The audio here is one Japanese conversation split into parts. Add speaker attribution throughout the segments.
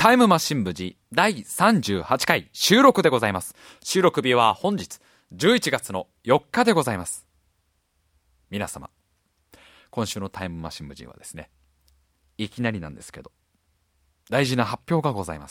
Speaker 1: タイムマシン部 G 第38回収録でございます。収録日は本日11月の4日でございます。皆様、今週のタイムマシン部 G はですね、いきなりなんですけど大事な発表がございます。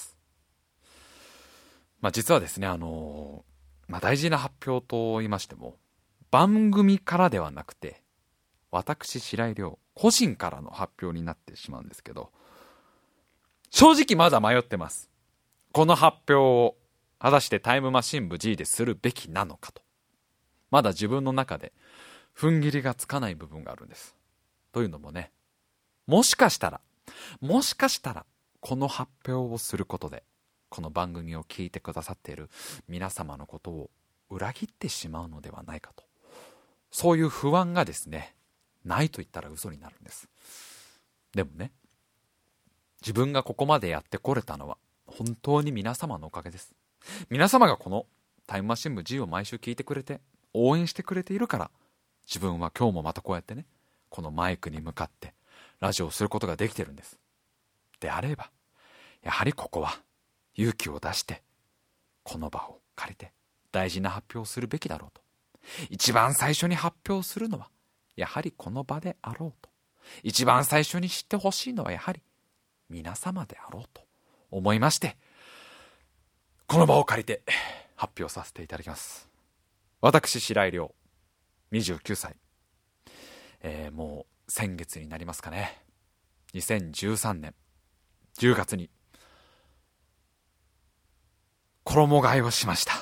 Speaker 1: 実はですね、大事な発表と言いましても、番組からではなくて私白井亮個人からの発表になってしまうんですけど、正直まだ迷ってます。この発表を果たしてタイムマシン部 G でするべきなのかと、まだ自分の中で踏ん切りがつかない部分があるんです。というのもね、もしかしたらこの発表をすることでこの番組を聞いてくださっている皆様のことを裏切ってしまうのではないかと、そういう不安がですね、ないと言ったら嘘になるんです。でもね、自分がここまでやってこれたのは本当に皆様のおかげです。皆様がこのタイムマシン部 G を毎週聞いてくれて応援してくれているから、自分は今日もまたこうやってね、このマイクに向かってラジオをすることができてるんです。であればやはりここは勇気を出してこの場を借りて大事な発表をするべきだろうと。一番最初に発表するのはやはりこの場であろうと。一番最初に知ってほしいのはやはり皆様であろうと思いまして、この場を借りて発表させていただきます。私白井亮29歳、もう先月になりますかね、2013年10月に衣替えをしました。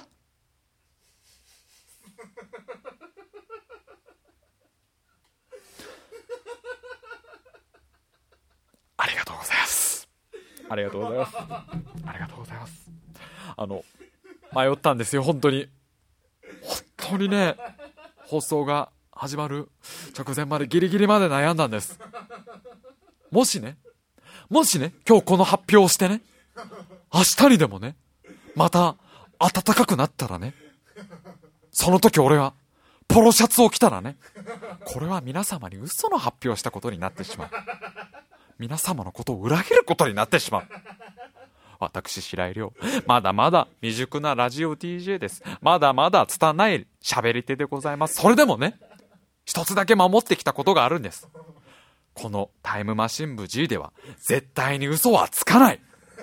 Speaker 1: ありがとうございます。ありがとうございます。ありがとうございます。迷ったんですよ、本当にね。放送が始まる直前までギリギリまで悩んだんです。もしね今日この発表をしてね、明日にでもねまた暖かくなったらね、その時俺はポロシャツを着たらね、これは皆様に嘘の発表したことになってしまう。皆様のことを裏切ることになってしまう。私白井亮、まだまだ未熟なラジオ DJ です。まだまだ拙い喋り手でございます。それでもね、一つだけ守ってきたことがあるんです。このタイムマシン部 G では絶対に嘘はつかない、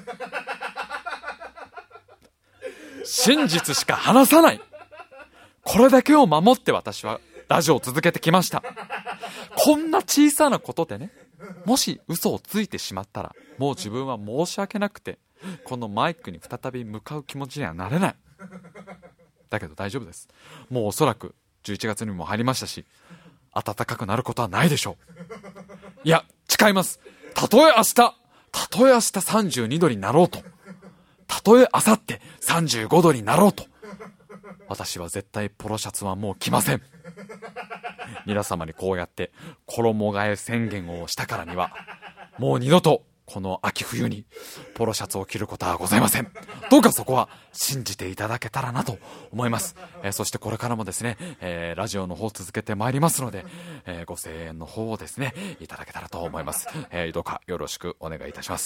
Speaker 1: 真実しか話さない、これだけを守って私はラジオを続けてきました。こんな小さなことでね、もし嘘をついてしまったらもう自分は申し訳なくてこのマイクに再び向かう気持ちにはなれない。だけど大丈夫です。もうおそらく11月にも入りましたし、暖かくなることはないでしょう。いや誓います。たとえ明日32度になろうと、たとえ明後日35度になろうと、私は絶対ポロシャツはもう着ません。皆様にこうやって衣替え宣言をしたからには、もう二度とこの秋冬にポロシャツを着ることはございません。どうかそこは信じていただけたらなと思います。そしてこれからもですね、ラジオの方続けてまいりますので、ご声援の方をですねいただけたらと思います。どうかよろしくお願いいたします。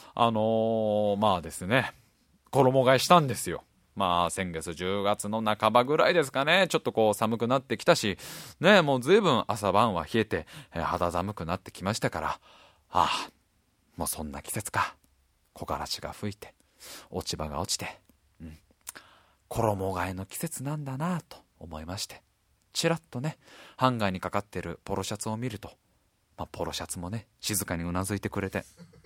Speaker 1: ですね、衣替えしたんですよ。先月10月の半ばぐらいですかね、ちょっとこう寒くなってきたしね、もう随分朝晩は冷えて、肌寒くなってきましたから、もうそんな季節か、木枯らしが吹いて落ち葉が落ちて、衣替えの季節なんだなと思いまして、ちらっとねハンガーにかかってるポロシャツを見ると、ポロシャツもね静かにうなずいてくれて、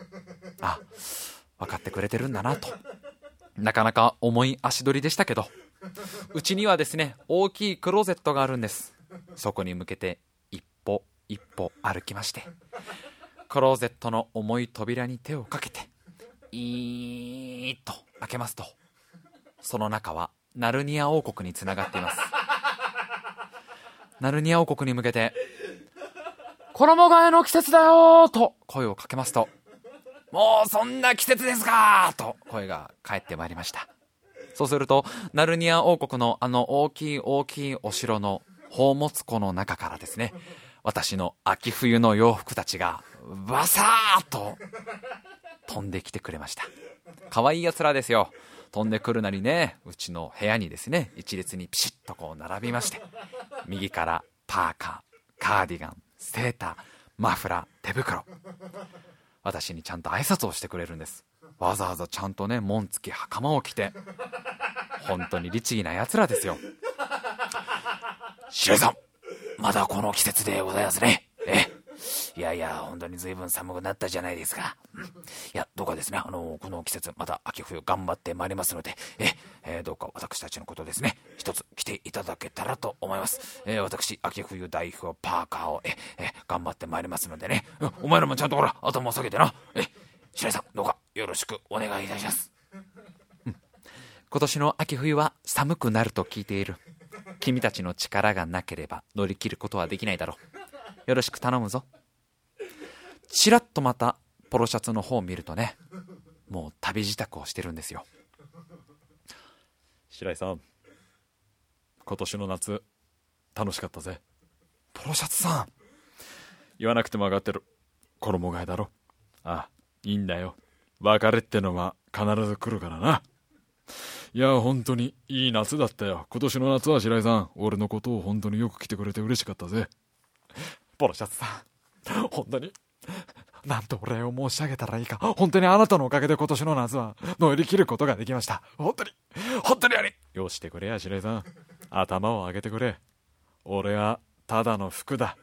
Speaker 1: 分かってくれてるんだなと。なかなか重い足取りでしたけど、うちにはですね大きいクローゼットがあるんです。そこに向けて一歩一歩歩きまして、クローゼットの重い扉に手をかけてイーッと開けますと、その中はナルニア王国につながっています。ナルニア王国に向けて衣替えの季節だよと声をかけますと、もうそんな季節ですかと声が返ってまいりました。そうするとナルニア王国の大きい大きいお城の宝物庫の中からですね、私の秋冬の洋服たちがバサーッと飛んできてくれました。可愛いやつらですよ。飛んでくるなりね、うちの部屋にですね、一列にピシッとこう並びまして、右からパーカー、カーディガン、セーター、マフラー、手袋、私にちゃんと挨拶をしてくれるんです。わざわざちゃんとね、紋付き袴を着て、本当に律儀なやつらですよ。白井さん、まだこの季節でございますね。いやいや、本当に随分寒くなったじゃないですか。いや、どうかですね、この季節、また秋冬頑張ってまいりますので、どうか私たちのことですね、一つ来ていただけたらと思います。私、秋冬代表パーカーを、頑張ってまいりますのでね、お前らもちゃんとほら、頭を下げてな。白井さん、どうかよろしくお願いいたします。今年の秋冬は寒くなると聞いている。君たちの力がなければ乗り切ることはできないだろう。よろしく頼むぞ。ちらっとまたポロシャツの方を見るとね、もう旅支度をしてるんですよ。白井さん、今年の夏楽しかったぜ。ポロシャツさん、言わなくても分かってる。衣替えだろ。ああ、いいんだよ。別れってのは必ず来るからな。いや、本当にいい夏だったよ。今年の夏は白井さん、俺のことを本当によく来てくれて嬉しかったぜ。ポロシャツさん、本当になんとお礼を申し上げたらいいか。本当にあなたのおかげで今年の夏は乗り切ることができました。本当にあり。よしてくれや白井さん、頭を上げてくれ。俺はただの服だ。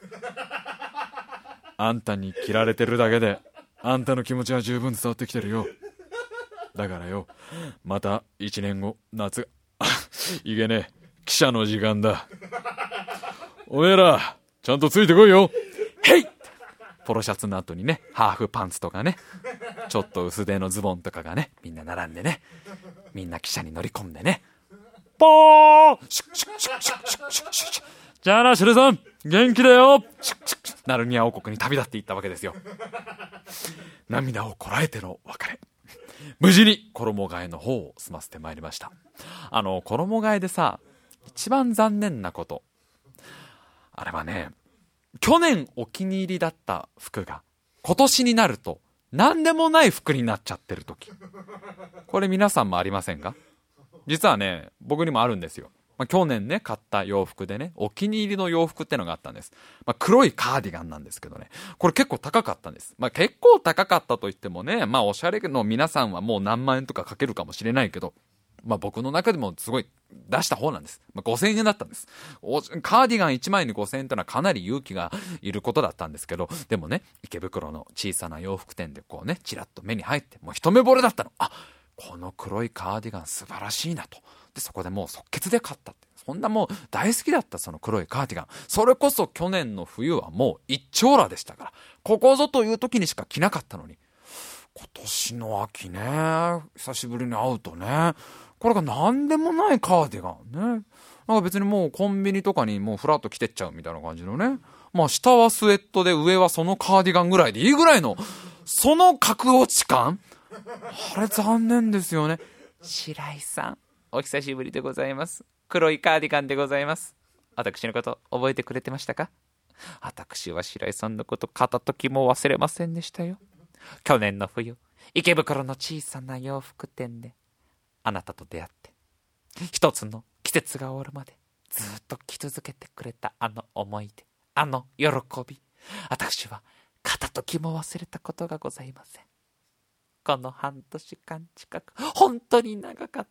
Speaker 1: あんたに着られてるだけであんたの気持ちは十分伝わってきてるよ。だからよ、また1年後夏いけねえ、記者の時間だ。おめえらちゃんとついてこいよ。へい。ポロシャツの後にね、ハーフパンツとかね、ちょっと薄手のズボンとかがね、みんな並んでね、みんな汽車に乗り込んでね、ポーシュッシュッシュッシュッシュッシュッシュッ、じゃあな、シュレさん元気だよ。シュッシュッシュッ、ナルニア王国に旅立っていったわけですよ。涙をこらえての別れ。無事に衣替えの方を済ませてまいりました。衣替えでさ、一番残念なこと、あれはね、去年お気に入りだった服が今年になると何でもない服になっちゃってる時、これ皆さんもありませんか？実はね、僕にもあるんですよ。去年ね、買った洋服でね、お気に入りの洋服ってのがあったんです。黒いカーディガンなんですけどね、これ結構高かったんです。結構高かったといってもね、おしゃれの皆さんはもう何万円とかかけるかもしれないけど、僕の中でもすごい出した方なんです。5000円だったんです。カーディガン1枚に5000円というのはかなり勇気がいることだったんですけど、でもね、池袋の小さな洋服店でこうね、チラッと目に入って、もう一目惚れだったの。あ、この黒いカーディガン素晴らしいなと。で、そこでもう即決で買ったって。そんなもう大好きだったその黒いカーディガン。それこそ去年の冬はもう一丁羅でしたから、ここぞという時にしか着なかったのに、今年の秋ね、久しぶりに会うとね、これが何でもないカーディガンね。なんか別にもうコンビニとかにもうフラッと着てっちゃうみたいな感じのね。下はスウェットで上はそのカーディガンぐらいでいいぐらいの、その格落ち感、あれ残念ですよね。白井さん、お久しぶりでございます。黒いカーディガンでございます。私のこと覚えてくれてましたか？私は白井さんのこと片時も忘れませんでしたよ。去年の冬、池袋の小さな洋服店であなたと出会って、一つの季節が終わるまでずっと着続けてくれたあの思い出、あの喜び、私は片時も忘れたことがございません。この半年間近く、本当に長かった。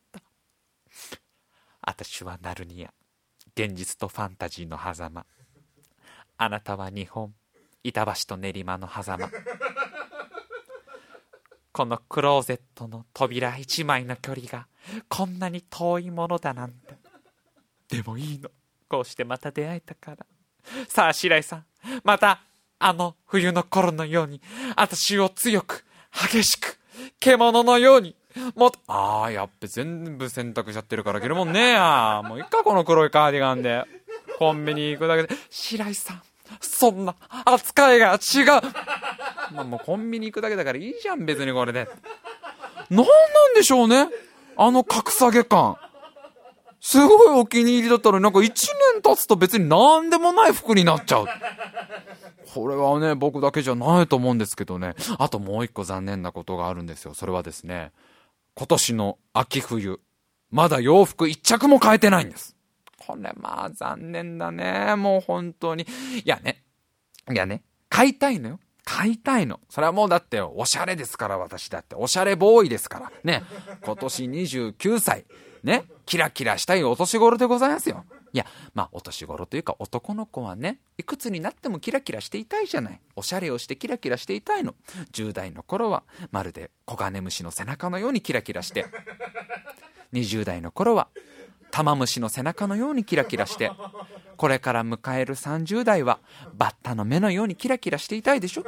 Speaker 1: 私はナルニア、現実とファンタジーの狭間。あなたは日本、板橋と練馬の狭間。このクローゼットの扉一枚の距離がこんなに遠いものだなんて。でもいいの、こうしてまた出会えたから。さあ白井さん、またあの冬の頃のように私を強く激しく獣のようにもっと、やっべ全部洗濯しちゃってるから着るもんねえや。もういっかこの黒いカーディガンでコンビニ行くだけで。白井さん、そんな扱いが違う。もうコンビニ行くだけだからいいじゃん別にこれで。なんでしょうね、あの格下げ感。すごいお気に入りだったのに、なんか1年経つと別に何でもない服になっちゃう。ここれはね、僕だけじゃないと思うんですけどね。あともう一個残念なことがあるんですよ。それはですね、今年の秋冬、まだ洋服一着も買えてないんです。これまあ残念だね。もう本当に。いやね、買いたいのよ。買いたいの。それはもうだっておしゃれですから、私だっておしゃれボーイですから。ね。今年29歳。ね。キラキラしたいお年頃でございますよ。いや、まあお年頃というか男の子はね、いくつになってもキラキラしていたいじゃない。おしゃれをしてキラキラしていたいの。10代の頃はまるでコガネムシの背中のようにキラキラして、20代の頃はタマムシの背中のようにキラキラして、これから迎える30代はバッタの目のようにキラキラしていたいでしょ。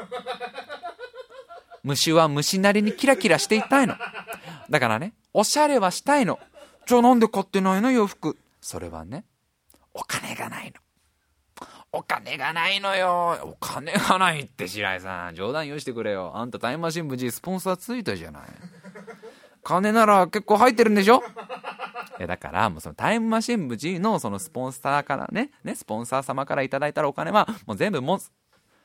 Speaker 1: 虫は虫なりにキラキラしていたいの。だからね、おしゃれはしたいの。じゃあなんで買ってないの洋服。それはね、お金がないの。お金がないのよ。お金がないって白井さん、冗談用意してくれよ。あんたタイムマシン部 G スポンサーついたじゃない。金なら結構入ってるんでしょ。だからもうそのタイムマシン部 G のそのスポンサーからね、スポンサー様からいただいたらお金はもう全部もうス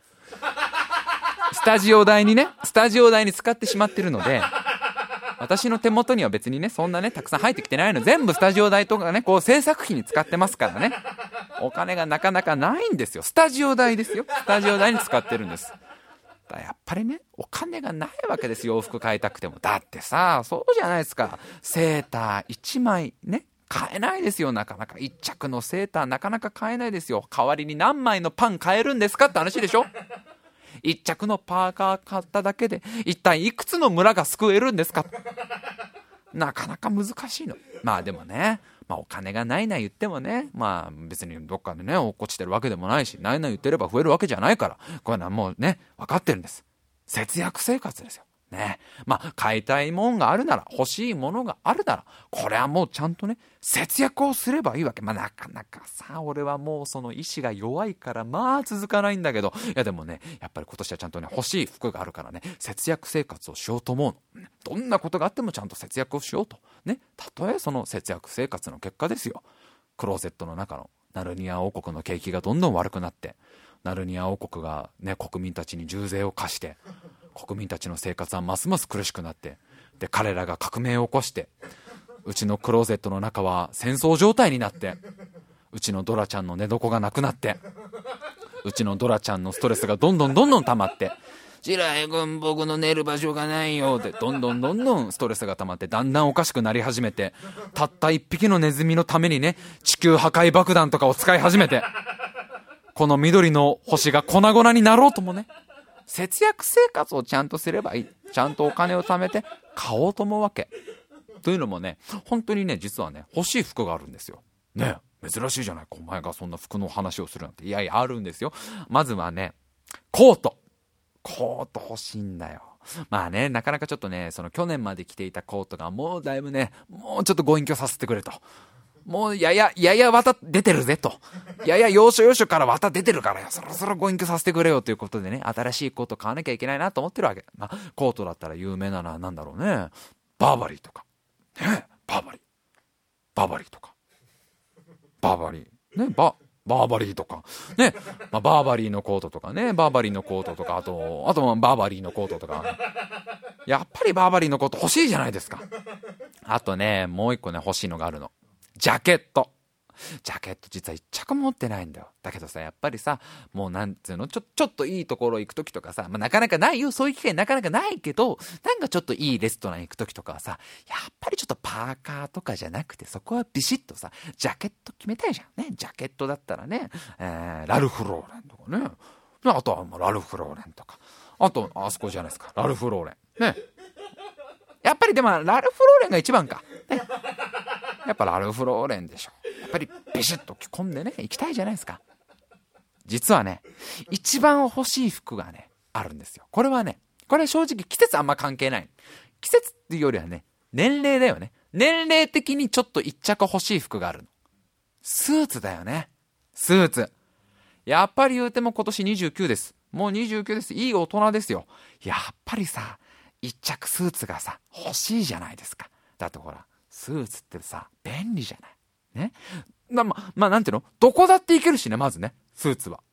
Speaker 1: タジオ代に使ってしまってるので、私の手元には別にね、そんなね、たくさん入ってきてないの。全部スタジオ代とかね、こう制作費に使ってますからね。お金がなかなかないんですよ。スタジオ代ですよ。スタジオ代に使ってるんです。だからやっぱりね、お金がないわけですよ。洋服買いたくても。だってさ、そうじゃないですか。セーター1枚ね、買えないですよ。なかなか1着のセーターなかなか買えないですよ。代わりに何枚のパン買えるんですかって話でしょ。一着のパーカー買っただけで一体いくつの村が救えるんですか。なかなか難しいの。まあでもね、お金がないな言ってもね、別にどっかでね落っこちてるわけでもないし、ないな言ってれば増えるわけじゃないから、これはもうね分かってるんです。節約生活ですよね。買いたいもんがあるなら、欲しいものがあるなら、これはもうちゃんとね節約をすればいいわけ。なかなかさ、俺はもうその意志が弱いから続かないんだけど、いやでもね、やっぱり今年はちゃんとね欲しい服があるからね、節約生活をしようと思うの。どんなことがあってもちゃんと節約をしようとね。たとえその節約生活の結果ですよ、クローゼットの中のナルニア王国の景気がどんどん悪くなって、ナルニア王国がね国民たちに重税を課して、国民たちの生活はますます苦しくなって、で彼らが革命を起こして、うちのクローゼットの中は戦争状態になって、うちのドラちゃんの寝床がなくなって、うちのドラちゃんのストレスがどんどん溜まって、白井君僕の寝る場所がないよってどんどんストレスが溜まって、だんだんおかしくなり始めて、たった一匹のネズミのためにね地球破壊爆弾とかを使い始めて、この緑の星が粉々になろうともね、節約生活をちゃんとすればいい。ちゃんとお金を貯めて買おうと思うわけ。というのもね、本当にね、実はね、欲しい服があるんですよ。ねえ、珍しいじゃないか、お前がそんな服の話をするなんて。いやいや、あるんですよ。まずはね、コート欲しいんだよ。なかなかちょっとね、その去年まで着ていたコートがもうだいぶね、もうちょっとご隠居させてくれと。もうやや綿出てるぜと。要所から綿出てるからよ。そろそろご隠居させてくれよということでね、新しいコート買わなきゃいけないなと思ってるわけ。コートだったら有名なのはなんだろうね。バーバリーとか。ね、バーバリーとか。バーバリー。ね、バーバリーとか。ね、バーバリーのコートとかね、バーバリーのコートとか、あとバーバリーのコートとか。やっぱりバーバリーのコート欲しいじゃないですか。あとね、もう一個ね、欲しいのがあるの。ジャケット実は一着も持ってないんだよ。だけどさ、やっぱりさ、もうなんつうの、ちょっといいところ行くときとかさ、なかなかないよ、そういう機会なかなかないけど、なんかちょっといいレストラン行くときとかはさ、やっぱりちょっとパーカーとかじゃなくて、そこはビシッとさ、ジャケット決めたいじゃんね。ジャケットだったらね、ラルフローレンとかね、あとはもうラルフローレンとか、あとあそこじゃないですか、ラルフローレンね。やっぱりでもラルフローレンが一番か、ね、やっぱラルフローレンでしょ。やっぱりビシッと着込んでね、行きたいじゃないですか。実はね、一番欲しい服がね、あるんですよ。これは正直季節あんま関係ない。季節っていうよりはね、年齢だよね。年齢的にちょっと一着欲しい服があるの。スーツだよね。スーツ。やっぱり言うても今年29です。もう29です。いい大人ですよ。やっぱりさ、一着スーツがさ、欲しいじゃないですか。だってほら、スーツってさ、便利じゃない。ね。なんていうの？どこだって行けるしね、まずね、スーツは。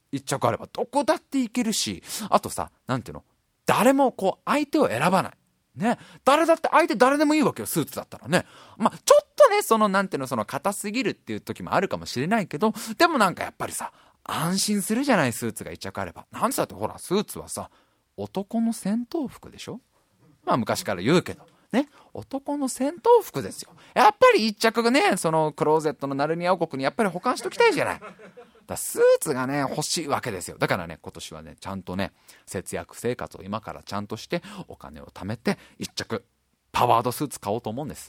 Speaker 1: 一着あればどこだっていけるし、あとさ、なんていうの、誰もこう相手を選ばないね、誰だって相手誰でもいいわけよ、スーツだったらね。まあちょっとね、そのなんていうの、その硬すぎるっていう時もあるかもしれないけど、でもなんかやっぱりさ、安心するじゃない、スーツが一着あれば。なんつったってほら、スーツはさ、男の戦闘服でしょ。まあ昔から言うけどね、男の戦闘服ですよ。やっぱり一着がね、そのクローゼットのナルニア王国にやっぱり保管しときたいじゃない。だスーツがね欲しいわけですよ。だからね、今年はねちゃんとね節約生活を今からちゃんとしてお金を貯めて一着パワードスーツ買おうと思うんです。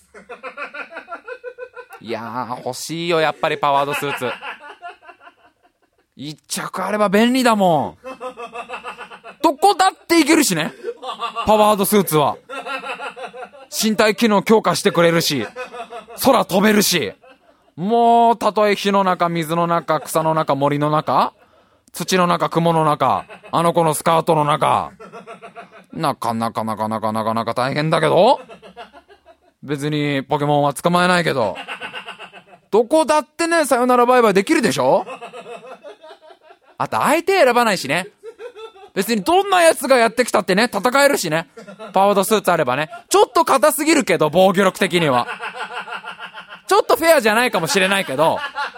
Speaker 1: いやー欲しいよ、やっぱりパワードスーツ一着あれば便利だもん。どこだっていけるしね、パワードスーツは。身体機能強化してくれるし、空飛べるし、もうたとえ火の中、水の中、草の中、森の中、土の中、雲の中、あの子のスカートの中、なかなか大変だけど、別にポケモンは捕まえないけど、どこだってねさよならバイバイできるでしょ。あと相手選ばないしね、別にどんなやつがやってきたってね戦えるしね、パワードスーツあればね。ちょっと硬すぎるけど、防御力的にはちょっとフェアじゃないかもしれないけど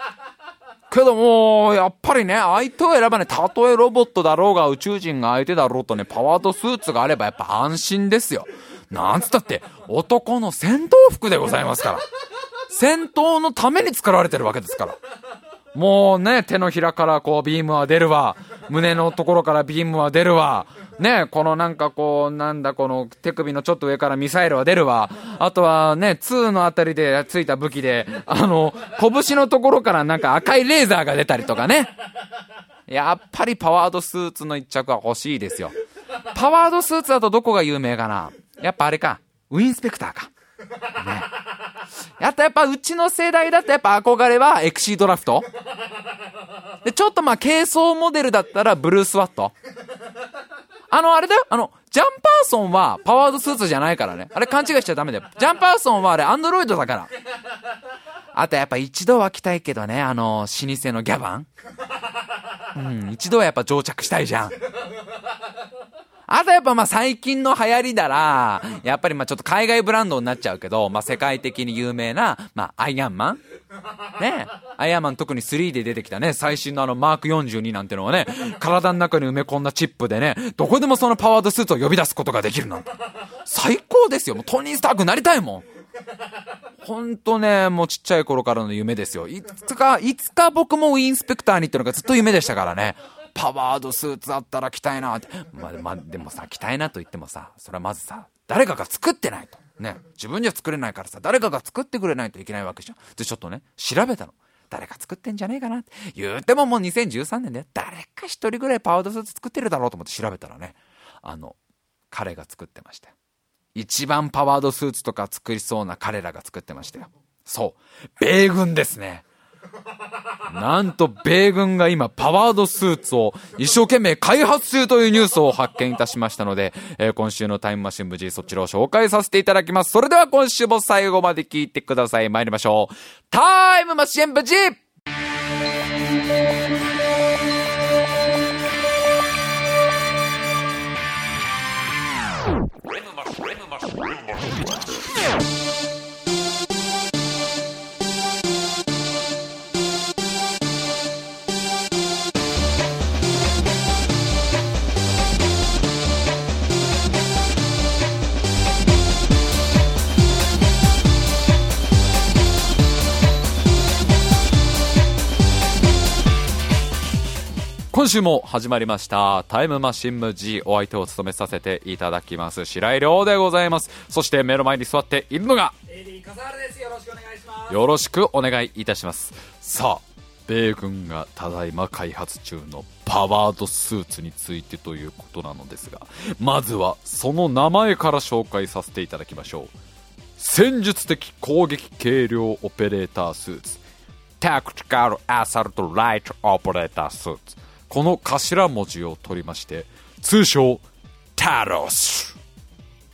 Speaker 1: もうやっぱりね、相手を選ばない。たとえロボットだろうが宇宙人が相手だろうとね、パワードスーツがあればやっぱ安心ですよ。なんつったって男の戦闘服でございますから。戦闘のために作られてるわけですから。もうね、手のひらからこうビームは出るわ、胸のところからビームは出るわね、このなんかこうなんだこの手首のちょっと上からミサイルは出るわ、あとはね2のあたりでついた武器で拳のところからなんか赤いレーザーが出たりとかね。やっぱりパワードスーツの一着は欲しいですよ。パワードスーツだとどこが有名かな。やっぱあれか、ウィンスペクターかね。やっぱうちの世代だとやっぱ憧れはエクシードラフトで、ちょっとまあ軽装モデルだったらブルースワット。あれだよ、ジャンパーソンはパワードスーツじゃないからね。あれ勘違いしちゃダメだよ。ジャンパーソンはあれアンドロイドだから。あとやっぱ一度は着たいけどね、老舗のギャバン、一度はやっぱ蒸着したいじゃん。あとやっぱまあ最近の流行りだら、やっぱりまあちょっと海外ブランドになっちゃうけど、まあ世界的に有名な、まあアイアンマンね、アイアンマン特に3で出てきたね、最新のマーク42なんてのはね、体の中に埋め込んだチップでね、どこでもそのパワードスーツを呼び出すことができるなんて。最高ですよ。もうトニー・スタークになりたいもん。ほんとね、もうちっちゃい頃からの夢ですよ。いつか僕もウィンスペクターにってのがずっと夢でしたからね。パワードスーツあったら着たいなって。でもさ、着たいなと言ってもさ、それはまずさ、誰かが作ってないとね、自分じゃ作れないからさ、誰かが作ってくれないといけないわけじゃん。でちょっとね調べたの。誰か作ってんじゃねえかなって言うてももう2013年で誰か一人ぐらいパワードスーツ作ってるだろうと思って調べたらね、彼が作ってましたよ。一番パワードスーツとか作りそうな彼らが作ってましたよ。そう、米軍ですね。なんと米軍が今パワードスーツを一生懸命開発中というニュースを発見いたしましたので、今週のタイムマシン部 G そちらを紹介させていただきます。それでは今週も最後まで聞いてください。参りましょう。タイムマシン部 G。今週も始まりましたタイムマシン部 G。 お相手を務めさせていただきます白井亮でございます。そして目の前に座っているのが
Speaker 2: AD 笠原です。よろしくお願いします。
Speaker 1: よろしくお願いいたします。さあ、米軍がただいま開発中のパワードスーツについてということなのですが、まずはその名前から紹介させていただきましょう。戦術的攻撃軽量オペレータースーツ、タクティカルアサルトライトオペレータースーツ、この頭文字を取りまして通称タロス。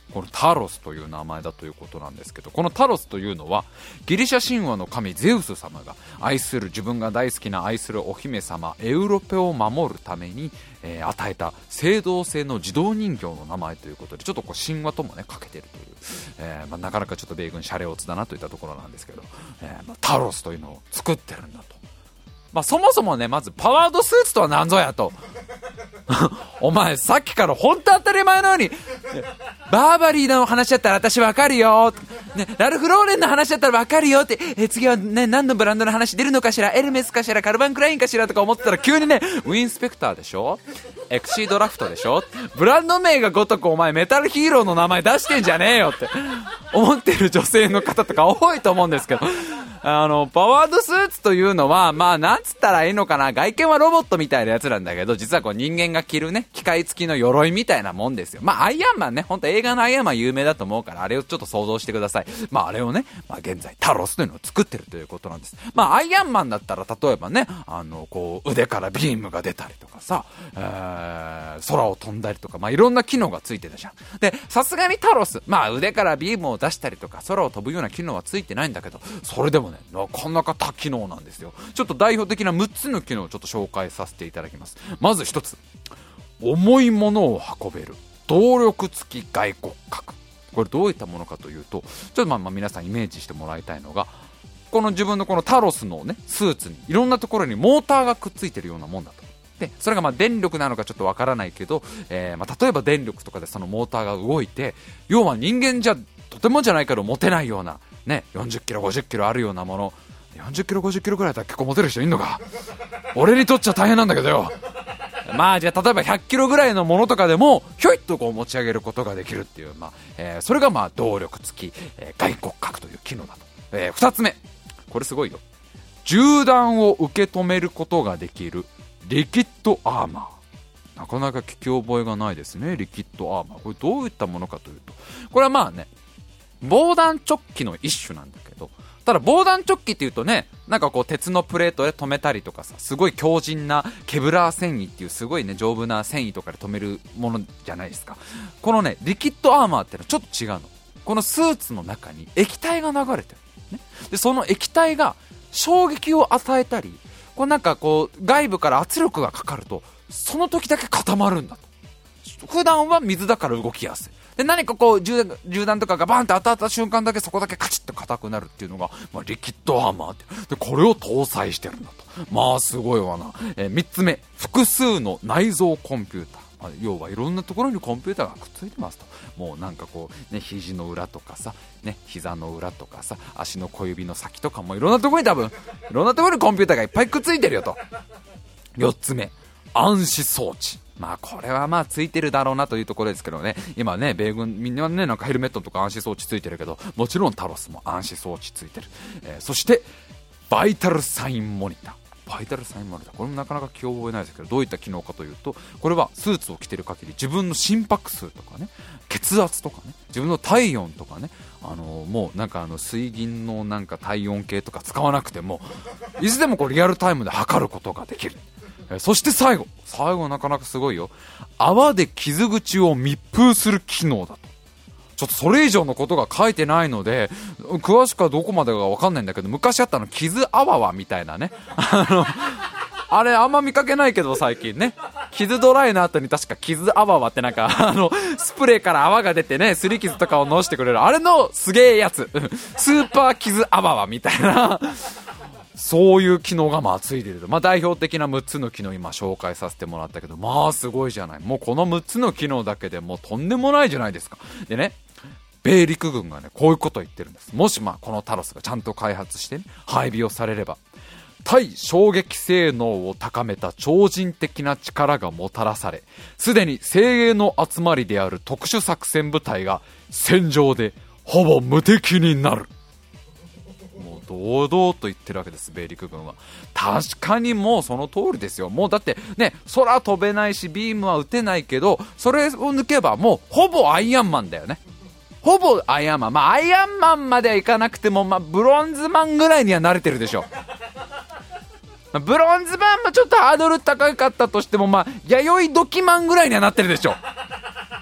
Speaker 1: このタロスという名前だということなんですけど、このタロスというのはギリシャ神話の神ゼウス様が自分が大好きな愛するお姫様エウロペを守るために、与えた青銅製の自動人形の名前ということで、ちょっとこう神話ともねかけてるという、なかなかちょっと米軍シャレオツだなといったところなんですけど、タロスというのを作ってるんだと。そもそもね、まずパワードスーツとは何ぞやとお前さっきから本当当たり前のようにバーバリーの話だったら私わかるよ、ね、ラルフローレンの話だったらわかるよって、次はね何のブランドの話出るのかしら、エルメスかしら、カルバンクラインかしらとか思ってたら、急にねウィンスペクターでしょ、エクシードラフトでしょ、ブランド名がごとくお前メタルヒーローの名前出してんじゃねえよって思ってる女性の方とか多いと思うんですけど、パワードスーツというのはなんつったらいいのかな、外見はロボットみたいなやつなんだけど、実はこう人間が着るね機械付きの鎧みたいなもんですよ。アイアンマンね、本当映画のアイアンマン有名だと思うから、あれをちょっと想像してください。あれをね、現在タロスというのを作ってるということなんです。アイアンマンだったら例えばね、こう腕からビームが出たりとかさ、空を飛んだりとか、いろんな機能がついてたじゃん。で、さすがにタロス、腕からビームを出したりとか空を飛ぶような機能はついてないんだけど、それでもねなかなか多機能なんですよ。ちょっと代表的な6つの機能をちょっと紹介させていただきます。まず1つ、重いものを運べる動力付き外骨格。これどういったものかというと、ちょっと皆さんイメージしてもらいたいのが、この自分のこのタロスのねスーツにいろんなところにモーターがくっついてるようなもんだと。でそれが電力なのかちょっとわからないけど、例えば電力とかでそのモーターが動いて、要は人間じゃとてもじゃないけど持てないようなね、40キロ50キロあるようなもの、40キロ50キロぐらいだったら結構持てる人いんのか俺にとっちゃ大変なんだけどよ。じゃあ例えば100キロぐらいのものとかでもひょいっとこう持ち上げることができるっていう、それが動力付き、外骨格という機能だと。2つ目、これすごいよ、銃弾を受け止めることができるリキッドアーマー。なかなか聞き覚えがないですね、リキッドアーマー。これどういったものかというと、これは防弾チョッキの一種なんだけど、ただ防弾チョッキっていうとね、なんかこう鉄のプレートで留めたりとかさ、すごい強靭なケブラー繊維っていうすごいね丈夫な繊維とかで留めるものじゃないですか。このねリキッドアーマーってのはちょっと違うの。このスーツの中に液体が流れてる、ね、でその液体が衝撃を与えたり、こうなんかこう外部から圧力がかかるとその時だけ固まるんだと。普段は水だから動きやすい。で何かこう銃弾とかがバンって当たった瞬間だけそこだけカチッと硬くなるっていうのが、リキッドアーマーってで、これを搭載してるんだと。すごいわな。3つ目、複数の内蔵コンピューター。要はいろんなところにコンピューターがくっついてますと。もうなんかこうね、肘の裏とかさ、ね、膝の裏とかさ、足の小指の先とかもいろんなところにいろんなところにコンピューターがいっぱいくっついてるよと。4つ目、暗視装置。これはついてるだろうなというところですけどね。今ね米軍みんなねなんかヘルメットとか暗視装置ついてるけど、もちろんタロスも暗視装置ついてる。そしてバイタルサインモニター。バイタルサインモニター、これもなかなか気を覚えないですけど、どういった機能かというと、これはスーツを着てる限り自分の心拍数とかね、血圧とかね、自分の体温とかね、もうなんか水銀のなんか体温計とか使わなくてもいつでもこうリアルタイムで測ることができる。そして最後なかなかすごいよ、泡で傷口を密封する機能だと。ちょっとそれ以上のことが書いてないので詳しくはどこまでか分かんないんだけど、昔あった傷泡はみたいなねあれあんま見かけないけど最近ね、傷ドライの後に確か傷泡ってなんかスプレーから泡が出てね、擦り傷とかを直してくれるあれのすげえやつスーパー傷泡みたいなそういう機能がついていると。代表的な6つの機能今紹介させてもらったけど、すごいじゃない。もうこの6つの機能だけでもうとんでもないじゃないですか。でね、米陸軍がねこういうことを言ってるんです。もしこのタロスがちゃんと開発して、ね、配備をされれば、対衝撃性能を高めた超人的な力がもたらされ、すでに精鋭の集まりである特殊作戦部隊が戦場でほぼ無敵になる。堂々と言ってるわけです、米陸軍は。確かにもうその通りですよ。もうだってね、空飛べないしビームは撃てないけど、それを抜けばもうほぼアイアンマンだよね。ほぼアイアンマン。アイアンマンまではいかなくても、ブロンズマンぐらいには慣れてるでしょ。ブロンズマンもちょっとハードル高かったとしても、弥生ドキマンぐらいにはなってるでしょ。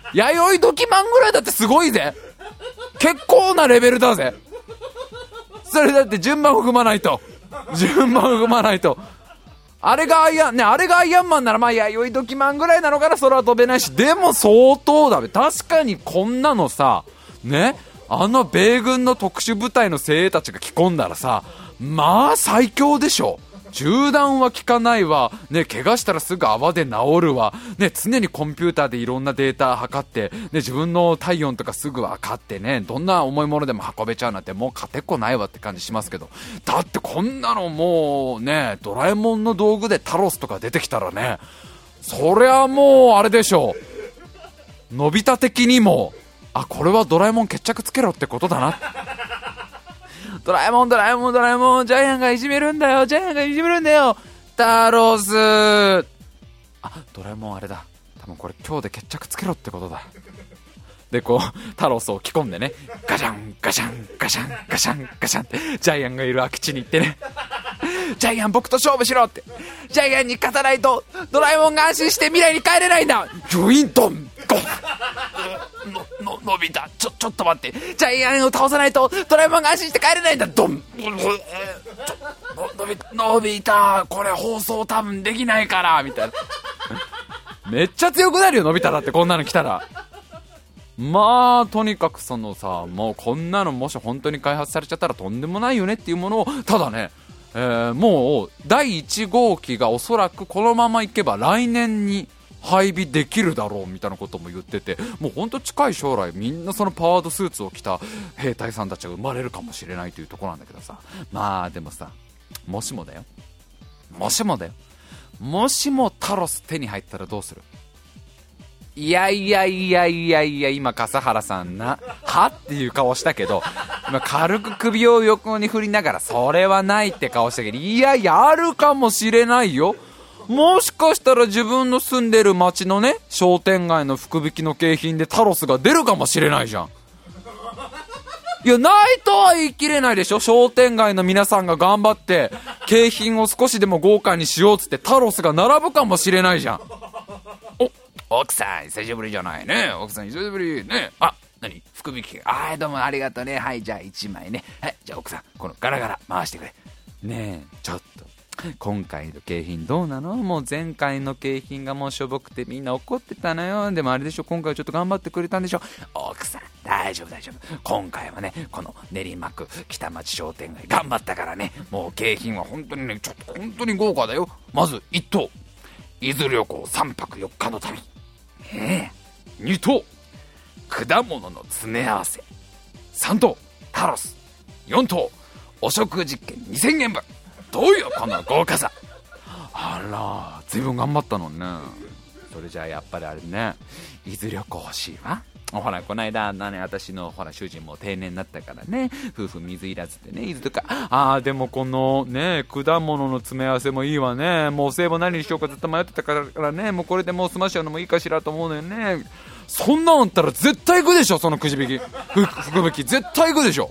Speaker 1: 弥生時マンぐらいだってすごいぜ。結構なレベルだぜ。それだって順番を踏まないと。あれがアイアンマンならまあ弥生時マンぐらいなのかな、空は飛べないし、でも相当だべ。確かにこんなのさ、ね、米軍の特殊部隊の精鋭たちが着込んだらさ、まあ最強でしょ。銃弾は効かないわ、ね、怪我したらすぐ泡で治るわ、ね、常にコンピューターでいろんなデータ測って、ね、自分の体温とかすぐ分かってね、どんな重いものでも運べちゃうなんてもう勝てっこないわって感じしますけど、だってこんなのもうね、ドラえもんの道具でタロスとか出てきたらね、そりゃもうあれでしょう、のび太的にもこれはドラえもん決着つけろってことだな。ドラえもんジャイアンがいじめるんだよタロス。ドラえもんあれだ、多分これ今日で決着つけろってことだ。でこうタロスを着込んでね、ガシャンガシャンガシャンガシャンガシャンってジャイアンがいる空き地に行ってね、ジャイアン僕と勝負しろって、ジャイアンに勝たないとドラえもんが安心して未来に帰れないんだ。ジョイントンゴンのび太ちょっと待って、ジャイアンを倒さないとドラえもんが安心して帰れないんだ。ドンのび太これ放送多分できないからみたいな。めっちゃ強くなるよのび太だってこんなの来たら。まあとにかくそのさ、もうこんなのもし本当に開発されちゃったらとんでもないよねっていうものを、ただね、もう第1号機がおそらくこのままいけば来年に配備できるだろうみたいなことも言ってて、もうほんと近い将来みんなそのパワードスーツを着た兵隊さんたちが生まれるかもしれないというところなんだけどさ、まあでもさ、もしもタロス手に入ったらどうする？いや今笠原さんなはっていう顔したけど、今軽く首を横に振りながらそれはないって顔したけど、いやあるかもしれないよ。もしかしたら自分の住んでる町のね、商店街の福引きの景品でタロスが出るかもしれないじゃん。いや、ないとは言い切れないでしょ。商店街の皆さんが頑張って景品を少しでも豪華にしようっつってタロスが並ぶかもしれないじゃん。奥さん久しぶりじゃないね。奥さん久しぶりね。何福引き。どうもありがとうね。はい、じゃあ1枚ね。はい、じゃあ奥さんこのガラガラ回してくれ。ねえちょっと今回の景品どうなの？もう前回の景品がもうしょぼくてみんな怒ってたのよ。でもあれでしょ、今回ちょっと頑張ってくれたんでしょ。奥さん大丈夫。今回はね、この練馬区北町商店街頑張ったからね、もう景品は本当にね、ちょっと本当に豪華だよ。まず1等伊豆旅行3泊4日の旅、2等果物の詰め合わせ、3等タロス、4等お食事券2000円分。どうよこの豪華さ。あら随分頑張ったのね。それじゃあやっぱりあれね、伊豆旅行欲しいわ。ほらこの間私のほら主人も定年になったからね、夫婦水入らずでね、伊豆とか。でもこのね果物の詰め合わせもいいわね。もうお歳暮何にしようかずっと迷ってたからね、もうこれでもう済ましちゃうのもいいかしらと思うのよね。そんなんあったら絶対行くでしょ、そのくじ引き福引き絶対行くでしょ。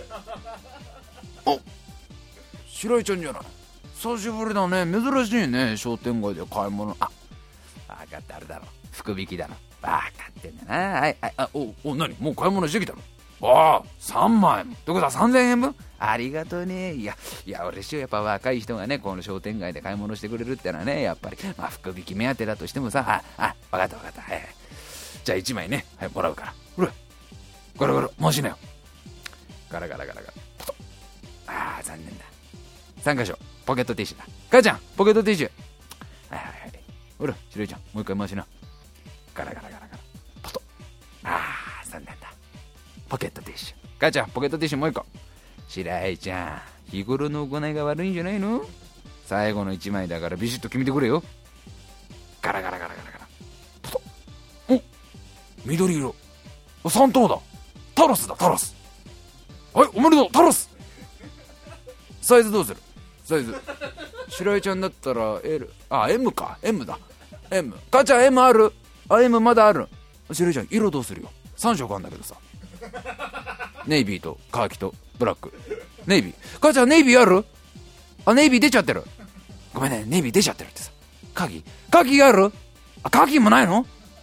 Speaker 1: 白井ちゃんじゃない、久しぶりだね、珍しいね、商店街で買い物。分かってあるだろ、福引きだろ、分かってんだな。はい、何もう買い物してきたの？3枚もってことは3000円分。ありがとうね。いや嬉しいよ、やっぱ若い人がねこの商店街で買い物してくれるってのはね、やっぱり福引き目当てだとしてもさ、分かった、じゃあ1枚ね、はい、もらうから、ほらガラガラ回しなよ。ガラガラポトッ。残念だ、3箇所ポケットティッシュだ。母ちゃんポケットティッシュ。はい、ほら白いちゃんもう一回回しな。ガラガラポトッ。残念だ、ポケットティッシュ。母ちゃんポケットティッシュもう一個。白井ちゃん日頃の行いが悪いんじゃないの？最後の1枚だからビシッと決めてくれよ。ガラガラポトッ。緑色3等だ。タロス。はい、おめでとうタロス。サイズどうする？サイズ白井ちゃんだったら L、M か、 M だ。 M。 母ちゃん M ある？M まだある。白井ちゃん色どうするよ？3色あんだけどさ、ネイビーとカーキとブラック。ネイビー、母ちゃんネイビーある？ネイビー出ちゃってる。ごめんね、ネイビー出ちゃってるってさ。カーキある？カーキもないの？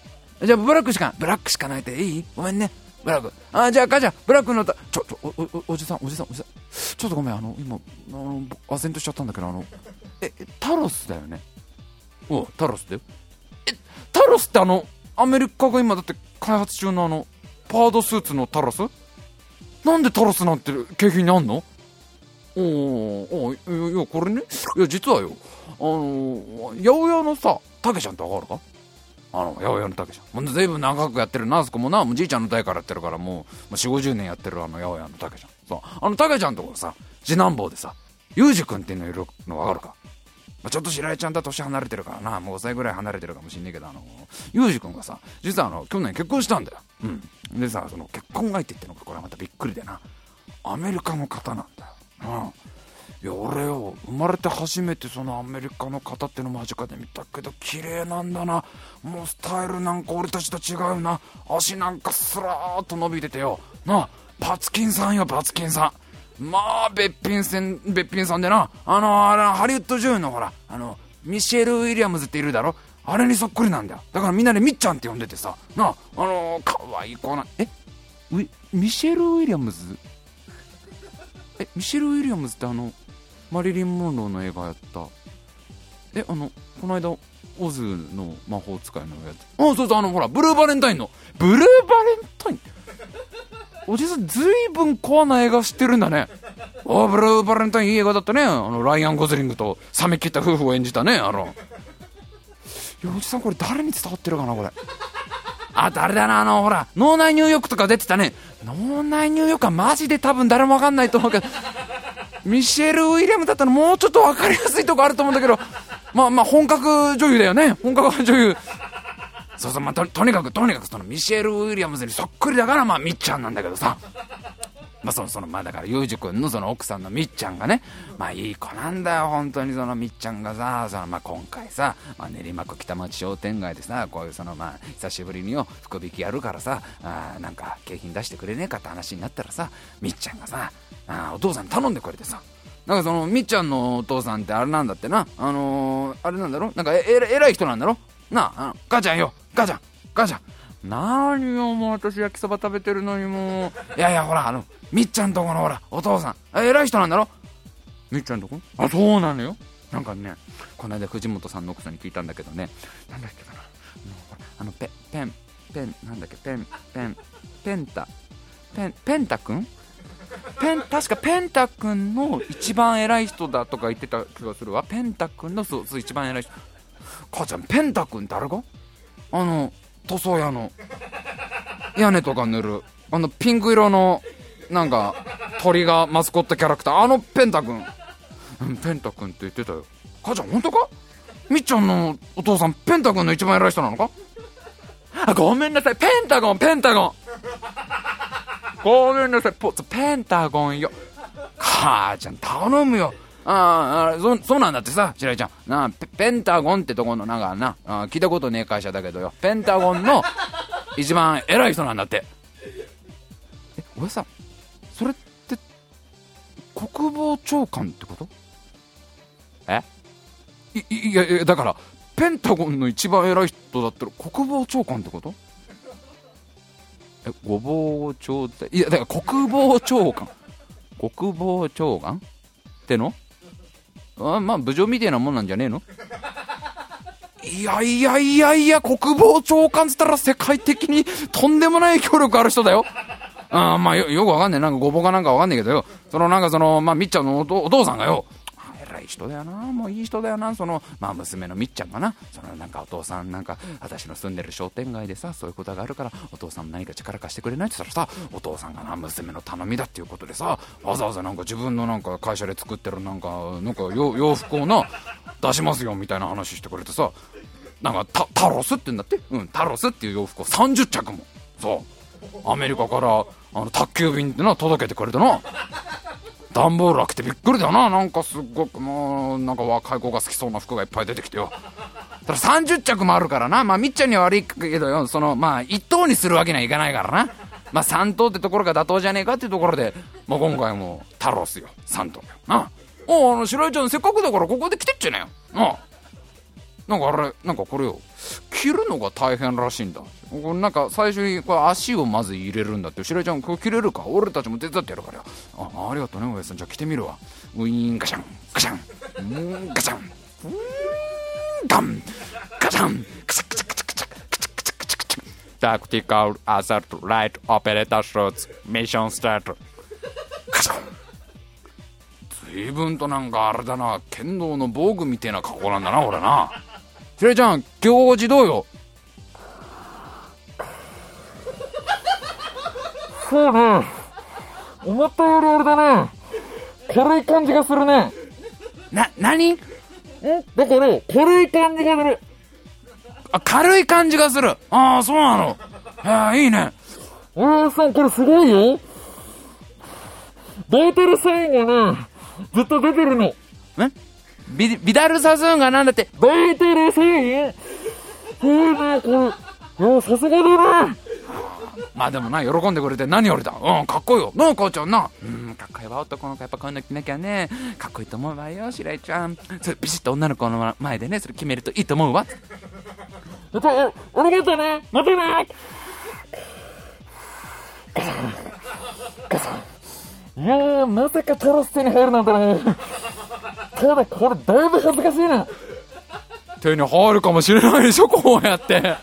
Speaker 1: じゃあブラックしかないっていい？ごめんねブラック。じゃあ母ちゃんブラックのおじさんちょっとごめん、今唖然としちゃったんだけど、タロスだよね。タロスだよ。タロスってアメリカが今だって開発中のパードスーツのタロス？なんでタロスなんて景品にあんの？いやこれね、いや実はよ、八百屋のさたけちゃんってわかるか？八百屋のたけちゃん、もう随分長くやってるな。あそこもな、もうじいちゃんの代からやってるから、もう4、50年やってる八百屋のたけちゃん。そうたけちゃんとこさ、次男坊でさゆうじくんっていうのいるのわかるか？ちょっと白井ちゃんと年離れてるからな、もう5歳ぐらい離れてるかもしんねえけど、ゆうじくんがさ、実は去年結婚したんだよ。でさ、その結婚相手ってのがこれはまたびっくりでな、アメリカの方なんだよ。いや俺よ、生まれて初めてそのアメリカの方っての間近で見たけど綺麗なんだな。もうスタイルなんか俺たちと違うな。足なんかスラーっと伸びててよな、パツキンさんよ、パツキンさん。まあべっぴんさんでな、ハリウッド女優のほらミシェル・ウィリアムズっているだろ、あれにそっくりなんだよ。だからみんなでみっちゃんって呼んでてさな、かわいい子な。ミシェル・ウィリアムズ、ミシェル・ウィリアムズってマリリン・モンローの映画やった、この間オズの魔法使いのやつ。そうほらブルーバレンタインのブルーバレンタインおじさんずいぶんコアな映画知ってるんだね。ブルーバレンタインいい映画だったね。ライアン・ゴズリングと冷め切った夫婦を演じたね。いやおじさんこれ誰に伝わってるかなこれ。誰だな、ほら脳内入浴とか出てたね。脳内入浴はマジで多分誰もわかんないと思うけどミシェル・ウィリアムだったらもうちょっとわかりやすいとこあると思うんだけど、まあ本格女優だよね。本格女優。そう、とにかくそのミシェル・ウィリアムズにそっくりだからみっちゃんなんだけどさ、だからユージ君のその奥さんのみっちゃんがね、いい子なんだよ本当に。そのみっちゃんがさ、今回さ、練馬区北町商店街でさ、こういう久しぶりによ福引きやるからさ、なんか景品出してくれねえかって話になったらさ、みっちゃんがさ、お父さんに頼んでくれてさ、なんかそのみっちゃんのお父さんってあれなんだってな、あれなんだろ、なんか偉い人なんだろな。母ちゃんよ、母ちゃん何よ、もう私焼きそば食べてるのにもう。いやほらみっちゃんとこのほらお父さん偉い人なんだろ、みっちゃんとこ。そうなのよ。なんかね、この間藤本さんの奥さんに聞いたんだけどね、なんだっけかな、なんだっけ、ペンタくん確かペンタくんの一番偉い人だとか言ってた気がするわ。ペンタくんのそう一番偉い人。母ちゃんペンタくん誰が？塗装屋の屋根とか塗るピンク色のなんか鳥がマスコットキャラクター、ペンタくん。ペンタくんって言ってたよ。母ちゃん本当か？みっちゃんのお父さんペンタくんの一番偉い人なのか？ごめんなさい、ペンタゴンごめんなさい、ペンタゴンよ。母ちゃん頼むよ。そうなんだってさ、白井ちゃんペンタゴンってとこのなんかな、聞いたことねえ会社だけどよ、ペンタゴンの一番偉い人なんだって。俺さ、それって国防長官ってこと？いやだからペンタゴンの一番偉い人だったら国防長官ってこと？ごぼう長っていやだから国防長官っての？部長みたいなもんなんじゃねえの？いや国防長官っつったら世界的にとんでもない協力ある人だよ。よくわかんねえ、なんかごぼうかなんかわかんねえけどよ、みっちゃんのお父さんがよ、偉い人だよな、もういい人だよな。娘のみっちゃんがな、なんかお父さんなんか私の住んでる商店街でさ、そういうことがあるからお父さんも何か力貸してくれないって言ったらさ、お父さんがな、娘の頼みだっていうことでさ、わざわざなんか自分のなんか会社で作ってるなんか洋服をな出しますよみたいな話してくれてさ、なんかタロスって言うんだって、タロスっていう洋服を30着もそうアメリカから宅急便ってな届けてくれてな、段ボール開けてびっくりだよな。なんかすっごくもうなんか若い子が好きそうな服がいっぱい出てきてよ。ただ30着もあるからな、みっちゃんには悪いけどよ、1等にするわけにはいかないからな。3等ってところが妥当じゃねえかっていうところで、今回もタロスよ、3等よな。白井ちゃんせっかくだからここで着てっちゃねよな。なんかこれよ、 切るのが大変らしいんだ。これなんか最初にこれ足をまず入れるんだって。白井ちゃんこれ切れるか、俺たちも手伝ってやるからよ。ありがとうねおやさん、じゃあ着てみるわ。ウィーンガシャンガシャンガシャンガンガシャンカチャカチャカチャカチャカチャカチャカチャカチャタクティカルアサルトライトオペレーターショーツミッションスタートガシャン。随分となんかあれだな、剣道の防具みたいな格好なんだな俺な。白井ちゃん行事どうよ。
Speaker 3: そうね、思ったよりあれだね、軽い感じがするね。
Speaker 1: 何？
Speaker 3: だから軽い感じがする。
Speaker 1: 軽い感じがする。そうなの。いいね。
Speaker 3: さんこれすごいよ。バイタルサインがねずっと出てるの。
Speaker 1: ビダルサスーンがなんだって。
Speaker 3: バイタルサイン。これさすがだな。
Speaker 1: まあでもな、喜んでくれて何よりだ。かっこいいよなあ母ちゃんな。かっこいいわ、男の子やっぱこういうの着なきゃね、かっこいいと思うわよ白井ちゃん。それビシッと女の子の前でねそれ決めるといいと思うわ。
Speaker 3: ありがとうね、またね。いやまさかタロス手に入るなんてね。ただこれだいぶ恥ずかしいな。
Speaker 1: 手に入るかもしれないでしょこうやって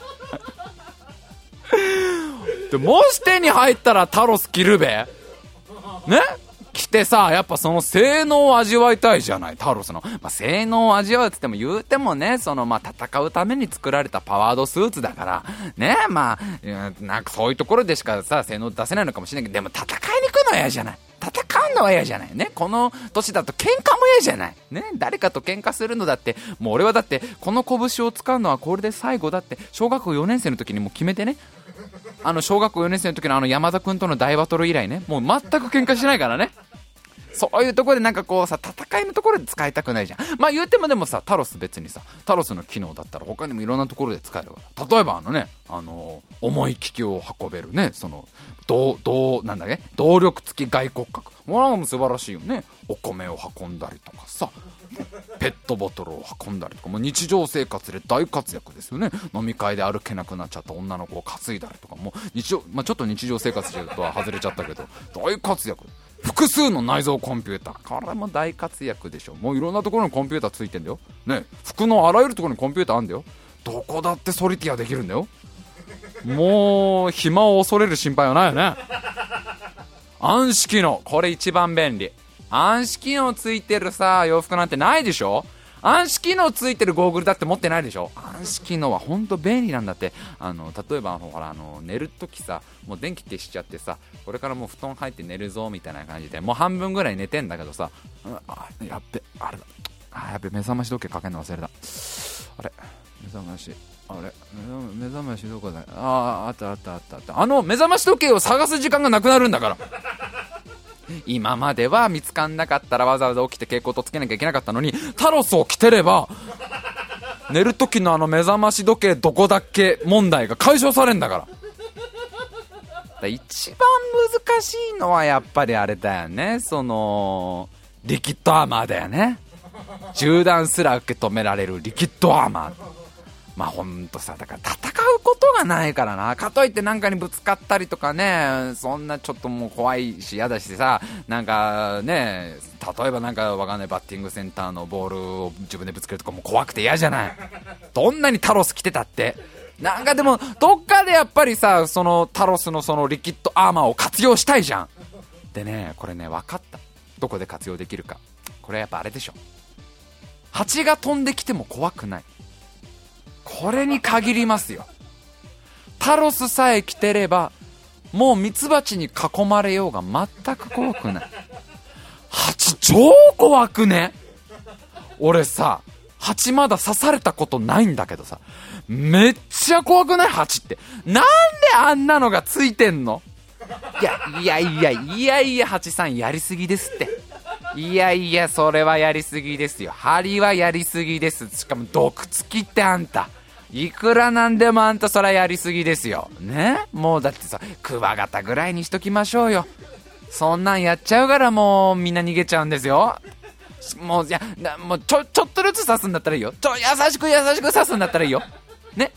Speaker 1: でもし手に入ったらタロス着るべね、着てさ、やっぱその性能を味わいたいじゃない、タロスの。性能を味わうって言っても言うてもね、その戦うために作られたパワードスーツだからね、なんかそういうところでしかさ性能出せないのかもしれないけど、でも戦いに行くのは嫌じゃない、戦うのは嫌じゃないね。この年だと喧嘩も嫌じゃないね。誰かと喧嘩するのだって、もう俺はだってこの拳を使うのはこれで最後だって小学校4年生の時にもう決めてね、小学校4年生の時の山田くんとの大バトル以来ね、もう全く喧嘩しないからね。そういうところでなんかこうさ、戦いのところで使いたくないじゃん。言うてもでもさ、タロス別にさ、タロスの機能だったら他にもいろんなところで使えるから。例えば重い機器を運べるね、そのなんだっけ、動力付き外骨格、もう素晴らしいよね。お米を運んだりとかさ、ペットボトルを運んだりとか、もう日常生活で大活躍ですよね。飲み会で歩けなくなっちゃった女の子を担いだりとか、もう日常、ちょっと日常生活とは外れちゃったけど大活躍。複数の内蔵コンピューター、これも大活躍でしょ。もういろんなところにコンピューターついてんだよね。服のあらゆるところにコンピューターあんだよ。どこだってソリティアできるんだよ。もう暇を恐れる心配はないよね。暗視機能、これ一番便利。暗視機能ついてるさ洋服なんてないでしょ。暗視機能ついてるゴーグルだって持ってないでしょ。暗視機能はほんと便利なんだって。例えばほら寝るときさ、もう電気消しちゃってさ、これからもう布団入って寝るぞみたいな感じで、もう半分ぐらい寝てんだけどさ、やっべ、あれだ、やっべ、目覚まし時計かけるの忘れた。あれ目覚まし、目覚ましどこだ。あった目覚まし時計を探す時間がなくなるんだから今までは見つかんなかったらわざわざ起きて蛍光灯つけなきゃいけなかったのに、タロスを着てれば寝る時の目覚まし時計どこだっけ問題が解消されんだから。一番難しいのはやっぱりあれだよね、そのリキッドアーマーだよね。銃弾すら受け止められるリキッドアーマー。ほんとさ、だから戦うことがないからな。かといってなんかにぶつかったりとかね、そんなちょっともう怖いし嫌だしさ、なんかね、例えばなんかわかんないバッティングセンターのボールを自分でぶつけるとかも怖くて嫌じゃない。どんなにタロス着てたってなんかでもどっかでやっぱりさ、そのタロスのそのリキッドアーマーを活用したいじゃん。でね、これね分かった、どこで活用できるか。これやっぱあれでしょ、蜂が飛んできても怖くない、これに限りますよ。タロスさえ着てればもうミツバチに囲まれようが全く怖くない。蜂超怖くね。俺さ、蜂まだ刺されたことないんだけどさ、めっちゃ怖くない？蜂ってなんであんなのがついてんの？いや蜂さんやりすぎですって。いやそれはやりすぎですよ。針はやりすぎです。しかも毒付きってあんたいくらなんでもあんたそらやりすぎですよね。もうだってさ、クワガタぐらいにしときましょうよ。そんなんやっちゃうからもうみんな逃げちゃうんですよ。もうちょっとずつ刺すんだったらいいよ。優しく刺すんだったらいいよね。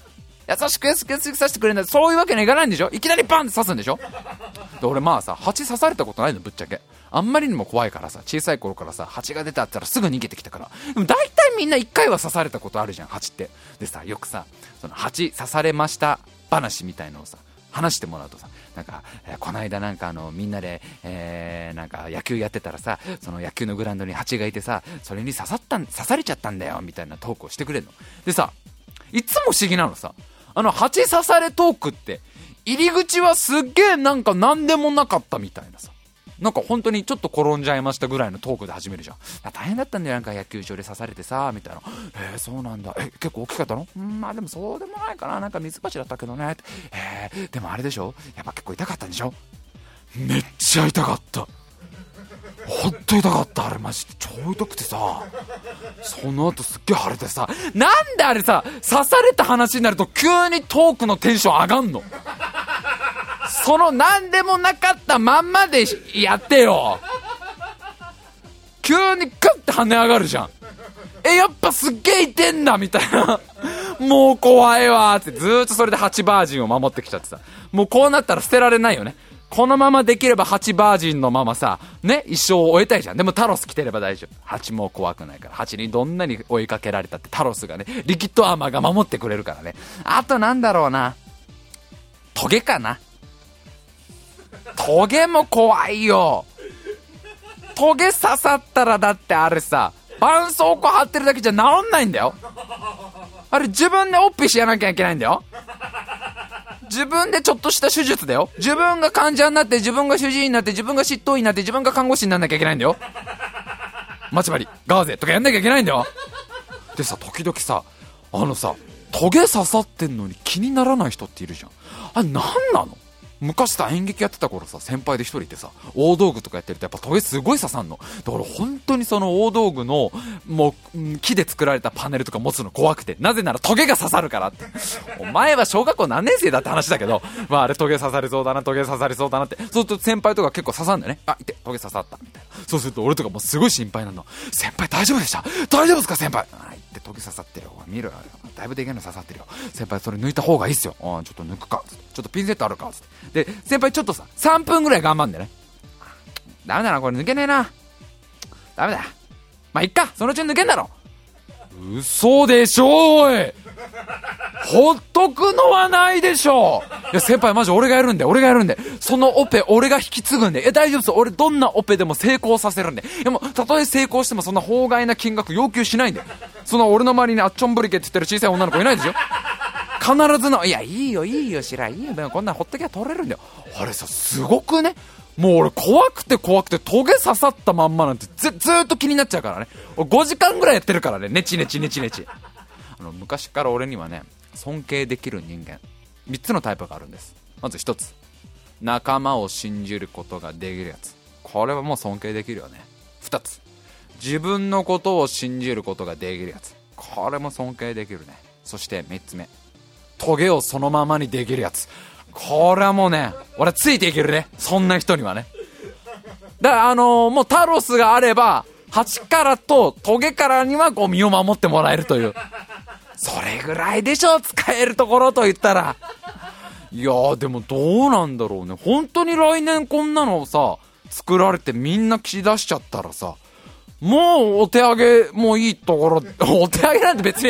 Speaker 1: 優しく刺してくれるんだ。そういうわけにはいかないんでしょ。いきなりバンって刺すんでしょ。で俺まあさ、蜂刺されたことないの、ぶっちゃけ。あんまりにも怖いからさ、小さい頃からさ、蜂が出たって言ったらすぐ逃げてきたから。でも大体みんな一回は刺されたことあるじゃん、蜂って。でさ、よくさ、その蜂刺されました話みたいのをさ、話してもらうとさ、なんか、この間なんかみんなで、なんか野球やってたらさ、その野球のグラウンドに蜂がいてさ、それに刺されちゃったんだよみたいなトークをしてくれるの。でさ、いつも不思議なのさ、蜂刺されトークって入り口はすっげえなんか何でもなかったみたいなさ、なんか本当にちょっと転んじゃいましたぐらいのトークで始めるじゃん。大変だったんだよ、なんか野球場で刺されてさみたいな。そうなんだ。結構大きかったの？まあでもそうでもないかな、なんか水鉢だったけどね。でもあれでしょ、やっぱ結構痛かったんでしょ。めっちゃ痛かった、ほんと痛かった。あれマジで超痛くてさ、その後すっげえ腫れてさ、なんであれさ、刺された話になると急にトークのテンション上がんの。そのなんでもなかったまんまでやってよ。急にグッて跳ね上がるじゃん。やっぱすっげえ痛んだみたいな。もう怖いわーってずーっとそれで8バージンを守ってきちゃってさ、もうこうなったら捨てられないよね。このままできれば8バージンのままさね、一生を終えたいじゃん。でもタロス着てれば大丈夫。蜂も怖くないから。蜂にどんなに追いかけられたってタロスがね、リキッドアーマーが守ってくれるからね。あとなんだろうな、トゲかな。トゲも怖いよ。トゲ刺さったらだってあれさ、絆創膏貼ってるだけじゃ治んないんだよ。あれ自分でオッピしやなきゃいけないんだよ。自分でちょっとした手術だよ。自分が患者になって、自分が主治医になって、自分が執刀医になって、自分が看護師にならなきゃいけないんだよ。待ち針ガーゼとかやんなきゃいけないんだよ。でさ、時々さ、トゲ刺さってんのに気にならない人っているじゃん。あれなんなの。昔さ、演劇やってた頃さ、先輩で一人いてさ、大道具とかやってるとやっぱトゲすごい刺さんの。だから本当にその大道具のもう木で作られたパネルとか持つの怖くて、なぜならトゲが刺さるからって。お前は小学校何年生だって話だけど、まああれトゲ刺されそうだな、トゲ刺されそうだなって。そうすると先輩とか結構刺さんだよね。あ、いて、トゲ刺さったみたいな。そうすると俺とかもうすごい心配なの。先輩大丈夫でした？大丈夫ですか先輩？あ、いってトゲ刺さってるよ。見る、だいぶでけえの刺さってるよ。先輩それ抜いた方がいいっすよ。ちょっと抜くか。ちょっとピンセットあるか。で先輩ちょっとさ3分ぐらい頑張んでね。ダメだなこれ抜けねえな。ダメだ。まあいっか、そのうちに抜けんだろ。嘘でしょおい。ほっとくのはないでしょ。いや先輩マジ俺がやるんで、そのオペ俺が引き継ぐんで。大丈夫です、俺どんなオペでも成功させるんで。いやもうたとえ成功してもそんな法外な金額要求しないんで。そんな俺の周りにあっちょんぶりけって言ってる小さい女の子いないですよ。必ずの、いやいいよ白井いいよ、でもこんなんほっときゃ取れるんだよ。あれさすごくね。もう俺怖くてトゲ刺さったまんまなんてずーっと気になっちゃうからね。俺5時間ぐらいやってるからね。ネチ昔から俺にはね、尊敬できる人間3つのタイプがあるんです。まず1つ、仲間を信じることができるやつ。これはもう尊敬できるよね。2つ、自分のことを信じることができるやつ。これも尊敬できるね。そして3つ目、トゲをそのままにできるやつ。これはもうね、俺はついていけるね、そんな人にはね。だからもうタロスがあれば蜂からとトゲからにはこう身を守ってもらえるという、それぐらいでしょ使えるところと言ったら。いやーでもどうなんだろうね。本当に来年こんなのさ作られてみんな着出しちゃったらさ、もうお手上げもいいところ。お手上げなんて別に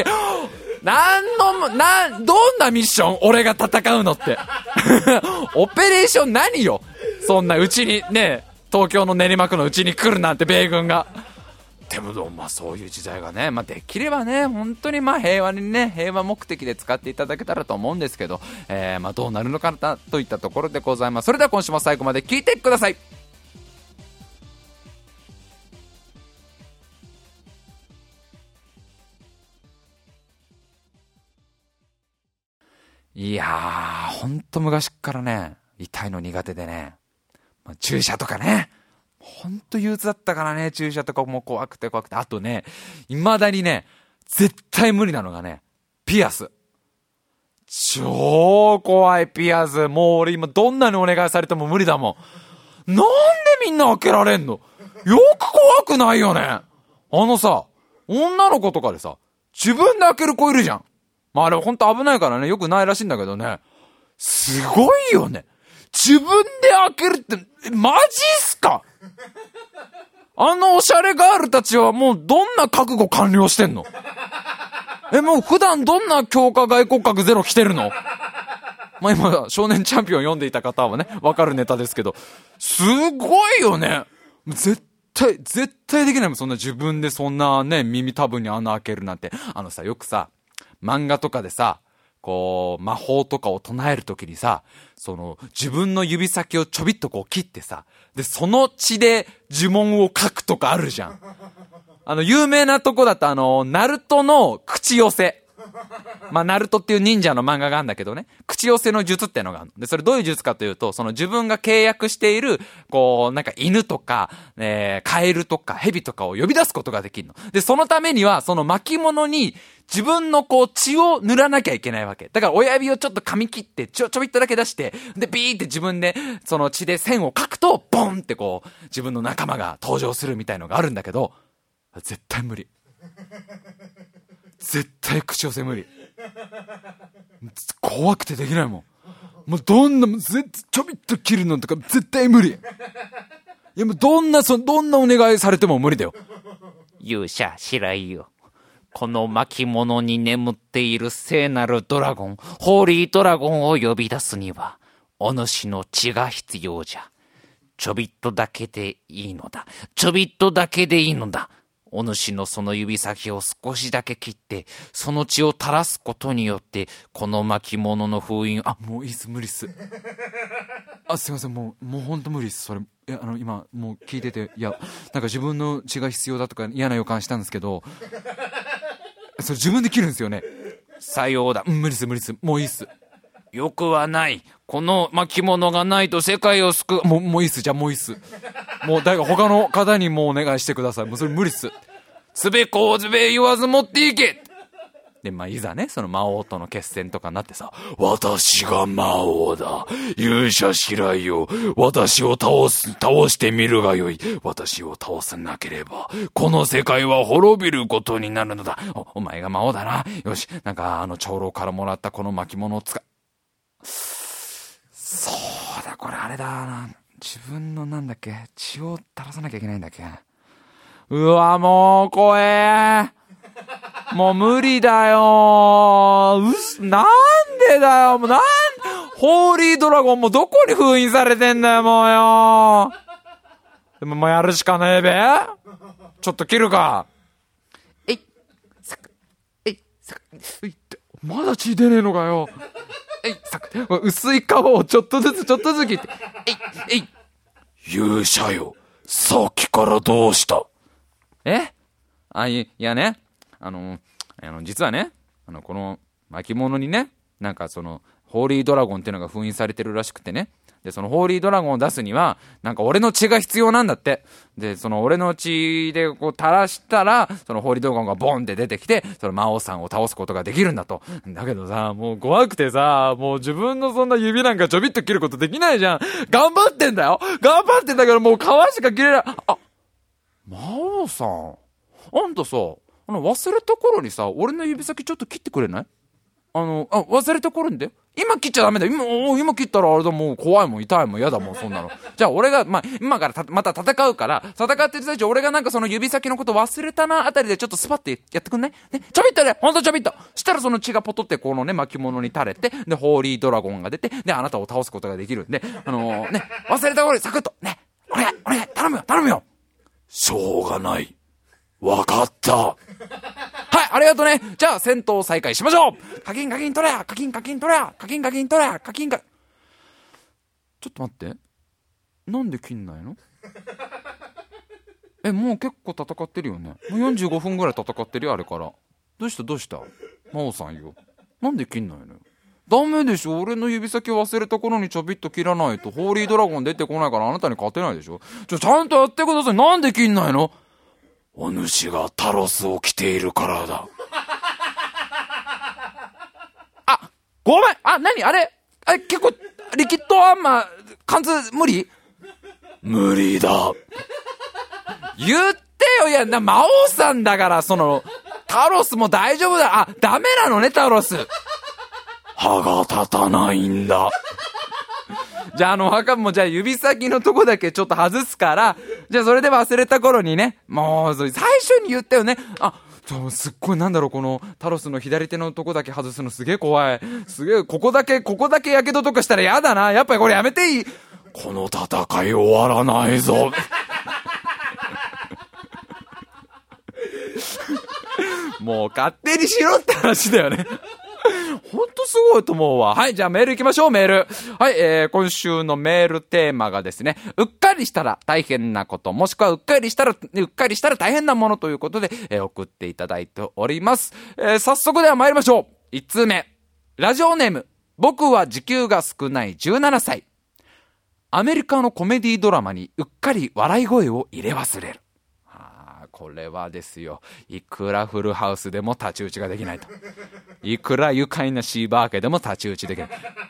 Speaker 1: どんなミッション俺が戦うのってオペレーション何よ。そんなうちにね、東京の練馬区のうちに来るなんて米軍が。でもまあそういう時代がね、まあできればね本当にまあ平和にね、平和目的で使っていただけたらと思うんですけど、まあどうなるのかなといったところでございます。それでは今週も最後まで聞いてください。いやーほんと昔からね痛いの苦手でね、まあ、注射とかねほんと憂鬱だったからね。注射とかも怖くて、あとね未だにね絶対無理なのがね、ピアス。超怖いピアス。もう俺今どんなにお願いされても無理だもん。なんでみんな開けられんの。よく怖くないよね。さ女の子とかでさ自分で開ける子いるじゃん。 まああれほんと危ないからね、よくないらしいんだけどね。すごいよね。自分で開けるって、マジっすか？あのおしゃれガールたちはもうどんな覚悟完了してんの？もう普段どんな強化外骨格ゼロ着てるの？まあ今、少年チャンピオン読んでいた方はね、わかるネタですけど、すごいよね。絶対できないもん、そんな自分でそんなね、耳たぶに穴開けるなんて。さ、よくさ、漫画とかでさ、こう、魔法とかを唱えるときにさ、自分の指先をちょびっとこう切ってさ、で、その血で呪文を書くとかあるじゃん。有名なとこだとナルトの口寄せ。まあ、ナルトっていう忍者の漫画があるんだけどね、口寄せの術ってのがあるの。で、それどういう術かというと、自分が契約している、こう、なんか犬とか、カエルとかヘビとかを呼び出すことができるの。で、そのためには、その巻物に自分のこう、血を塗らなきゃいけないわけ。だから親指をちょっと噛み切って、ちょびっとだけ出して、で、ビーって自分で、その血で線を書くと、ボンってこう、自分の仲間が登場するみたいのがあるんだけど、絶対無理。絶対口寄せ無理。怖くてできないもん。もうどんな、ちょびっと切るのとか絶対無理。いやもうどんなお願いされても無理だよ。
Speaker 4: 勇者白井よ。この巻物に眠っている聖なるドラゴン、ホーリードラゴンを呼び出すには、お主の血が必要じゃ。ちょびっとだけでいいのだ。ちょびっとだけでいいのだ。お主のその指先を少しだけ切って、その血を垂らすことによって、この巻物の封印、
Speaker 1: もういいっす、無理っす。すいません、もうほんと無理っす、それ。今、もう聞いてて、なんか自分の血が必要だとか嫌な予感したんですけど、それ自分で切るんですよね。
Speaker 4: さようだ。
Speaker 1: 無理っす、もういいっす。
Speaker 4: よくはない。この巻物がないと世界を救う。
Speaker 1: もういいっす、じゃあもういいっす。もう誰か他の方にもうお願いしてください。もうそれ無理っす。
Speaker 4: すべこうずべ言わず持っていけ。
Speaker 1: で、まあいざね、その魔王との決戦とかになってさ、
Speaker 4: 私が魔王だ。勇者白井よ。私を倒してみるがよい。私を倒さなければ、この世界は滅びることになるのだ。
Speaker 1: お前が魔王だな。よし、なんか長老からもらったこの巻物をそうだ、これあれだな。自分のなんだっけ、血を垂らさなきゃいけないんだっけ。うわ、もう怖え。もう無理だよ。なんでだよ。もうホーリードラゴンもどこに封印されてんだよ、もうよ。でももうやるしかねえべ。ちょっと切るか。まだ血出ねえのかよ。薄い皮をちょっとずつ切って。
Speaker 4: 勇者よ。さっきからどうした？
Speaker 1: いやね。実はね、この巻物にね、なんかホーリードラゴンっていうのが封印されてるらしくてね。で、そのホーリードラゴンを出すには、なんか俺の血が必要なんだって。で、その俺の血でこう垂らしたら、そのホーリードラゴンがボンって出てきて、その魔王さんを倒すことができるんだと。だけどさ、もう怖くてさ、もう自分のそんな指なんかちょびっと切ることできないじゃん。頑張ってんだよ。頑張ってんだけど、もう皮しか切れない。魔王さん。あんたさ、忘れた頃にさ、俺の指先ちょっと切ってくれない？忘れた頃にだよ。今切っちゃダメだよ。今切ったらあれだ、もう怖いもん、痛いもん、嫌だもん、そんなの。じゃあ俺が、今からまた戦うから、戦ってる最中俺がなんかその指先のこと忘れたなあたりでちょっとスパってやってくんない？ね、ちょびっとね、ほんとちょびっと。したらその血がポトってこのね、巻物に垂れて、で、ホーリードラゴンが出て、で、あなたを倒すことができるんで、忘れた頃にサクッと、ね、お願い、頼むよ。
Speaker 4: しょうがない。わかった。
Speaker 1: はい、ありがとうね。じゃあ戦闘再開しましょう。カキン取れや、カキン取れや。ちょっと待って。なんで切んないの？もう結構戦ってるよね。もう45分ぐらい戦ってるよ、あれから。どうした魔王さんよ。なんで切んないのよ。ダメでしょ。俺の指先忘れた頃にちょびっと切らないとホーリードラゴン出てこないからあなたに勝てないでしょ。ちゃんとやってください。なんで切んないの？
Speaker 4: お主がタロスを着ているからだ。
Speaker 1: ごめん。何あれ結構リキッドアンマー貫通無理？
Speaker 4: 無理だ。
Speaker 1: 言ってよ。いや魔王さんだからタロスも大丈夫だ。あ、ダメなのね、タロス。歯が立たないんだ。じゃあ墓もじゃあ指先のとこだけちょっと外すから、じゃあそれで忘れた頃にね、もう最初に言ったよね。すっごいなんだろう、このタロスの左手のとこだけ外すのすげえ怖い。すげえ、ここだけやけどとかしたらやだな。やっぱりこれやめていい？この戦い終わらないぞ。もう勝手にしろって話だよね。ほんとすごいと思うわ。はい、じゃあメール行きましょう、メール。はい、今週のメールテーマがですね、うっかりしたら大変なこと、もしくはうっかりしたら大変なものということで、送っていただいております。早速では参りましょう。1通目。ラジオネーム、僕は時給が少ない17歳。アメリカのコメディドラマにうっかり笑い声を入れ忘れる。これはですよ、いくらフルハウスでも太刀打ちができないと。いくら愉快なシーバー家でも太刀打ちできない。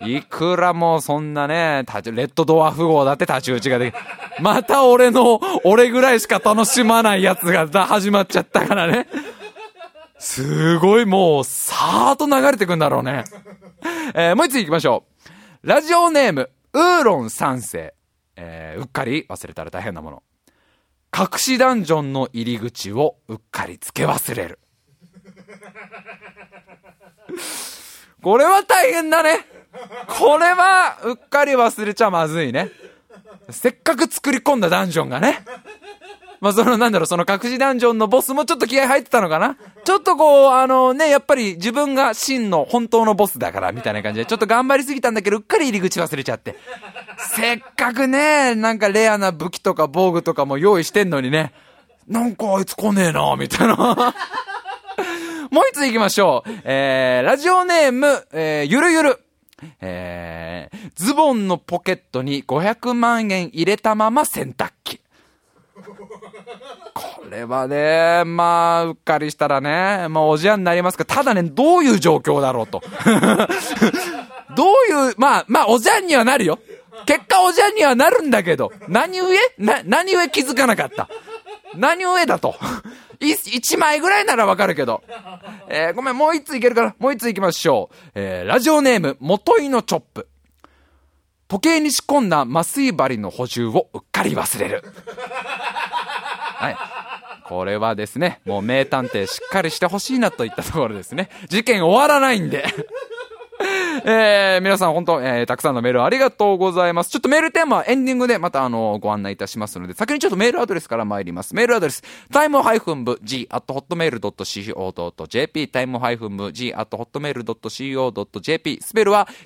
Speaker 1: いくらもうそんなね、レッドドワーフ号だって太刀打ちができない。また俺ぐらいしか楽しまないやつが始まっちゃったからね。すごいもう、さーっと流れてくんだろうね。もう一つ行きましょう。ラジオネーム、ウーロン3世。うっかり忘れたら大変なもの。隠しダンジョンの入り口をうっかり付け忘れる。これは大変だね。これはうっかり忘れちゃまずいね。せっかく作り込んだダンジョンがね。その隠しダンジョンのボスもちょっと気合入ってたのかな。ちょっとやっぱり自分が真の本当のボスだからみたいな感じでちょっと頑張りすぎたんだけど、うっかり入り口忘れちゃって、せっかくねなんかレアな武器とか防具とかも用意してんのにね、なんかあいつ来ねえなみたいな。もう一つ行きましょう。ラジオネーム、ゆるゆる。ズボンのポケットに500万円入れたまま洗濯機。これはね、うっかりしたらね、おじやになりますが、ただね、どういう状況だろうと。どういう、おじやんにはなるよ。結果おじやんにはなるんだけど、何故気づかなかった。何故だと。1枚ぐらいならわかるけど。ごめん、もう一ついけるから、もう一ついきましょう。ラジオネーム、元井のチョップ。時計に仕込んだ麻酔針の補充をうっかり忘れる。はい。これはですね、もう名探偵しっかりしてほしいなといったところですね。事件終わらないんで。皆さん本当、たくさんのメールありがとうございます。ちょっとメールテーマはエンディングでまたご案内いたしますので、先にちょっとメールアドレスから参ります。メールアドレス、time-v@hotmail.co.jp、time-v@hotmail.co.jp、スペルは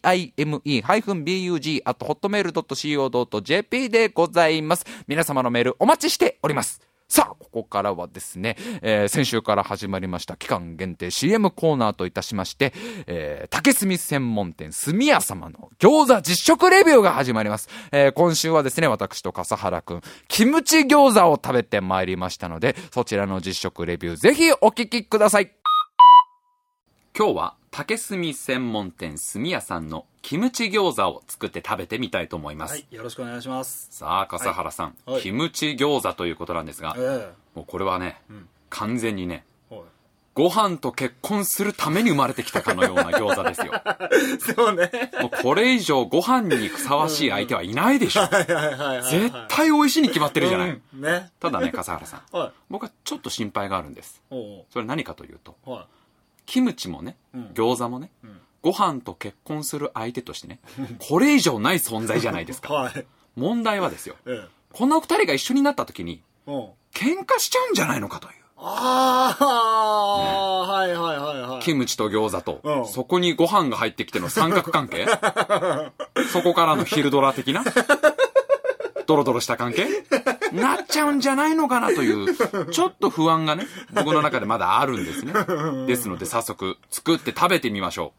Speaker 1: time-bug@hotmail.co.jp でございます。皆様のメールお待ちしております。さあ、ここからはですね、先週から始まりました期間限定 CM コーナーといたしまして、竹炭専門店炭屋様の餃子実食レビューが始まります。今週はですね、私と笠原くん、キムチ餃子を食べてまいりましたので、そちらの実食レビューぜひお聞きください。今日は竹炭専門店炭屋さんのキムチ餃子を作って食べてみたいと思います。
Speaker 2: はい、よろしくお願いします。
Speaker 1: さあ、笠原さん、
Speaker 2: はい、
Speaker 1: キムチ餃子ということなんですが、もうこれはね、完全にね、ご飯と結婚するために生まれてきたかのような餃子ですよ。
Speaker 2: そうね。
Speaker 1: もうこれ以上ご飯にふさわしい相手はいないでしょ。絶対美味しいに決まってるじゃない。
Speaker 2: ね。
Speaker 1: ただね、笠原さん、僕はちょっと心配があるんです。それ何かというと、キムチもね、餃子もね、ご飯と結婚する相手としてね、これ以上ない存在じゃないですか。問題はですよ、この二人が一緒になった時に喧嘩しちゃうんじゃないのかという。キムチと餃子と、そこにご飯が入ってきての三角関係そこからの昼ドラ的なドロドロした関係なっちゃうんじゃないのかなというちょっと不安がね、僕の中でまだあるんですね。ですので早速作って食べてみましょう。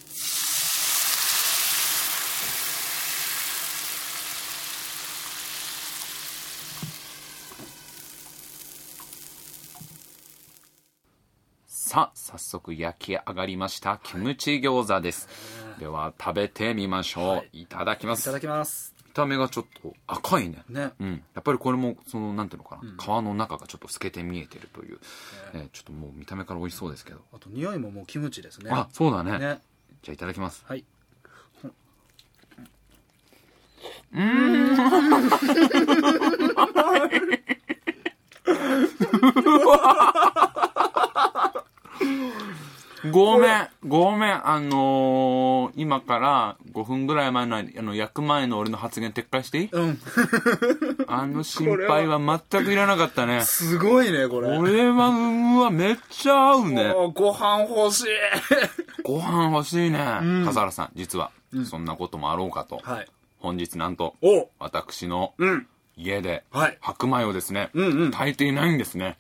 Speaker 1: さあ、早速焼き上がりましたキムチ餃子です。では食べてみましょう。いただきます。
Speaker 2: いただきます。
Speaker 1: た目がちょっと赤いね。
Speaker 2: ね。
Speaker 1: うん。やっぱりこれも、なんていうのかな、皮の中がちょっと透けて見えてるという、ちょっともう見た目から美味しそうですけど。
Speaker 2: あと匂いももうキムチですね。
Speaker 1: あ、そうだね。
Speaker 2: ね。
Speaker 1: じゃあいただきます。
Speaker 2: はい。
Speaker 1: ごめん。今から5分ぐらい前の、焼く前の俺の発言撤回していい？
Speaker 2: うん。
Speaker 1: 心配は全くいらなかったね。
Speaker 2: すごいね、これ。
Speaker 1: 俺は、めっちゃ合うね。
Speaker 2: ご飯欲しい。
Speaker 1: ご飯欲しいね。笠原さん、実は、そんなこともあろうかと。
Speaker 2: はい。
Speaker 1: 本日なんと、私の家で、白米をですね、炊いていないんですね。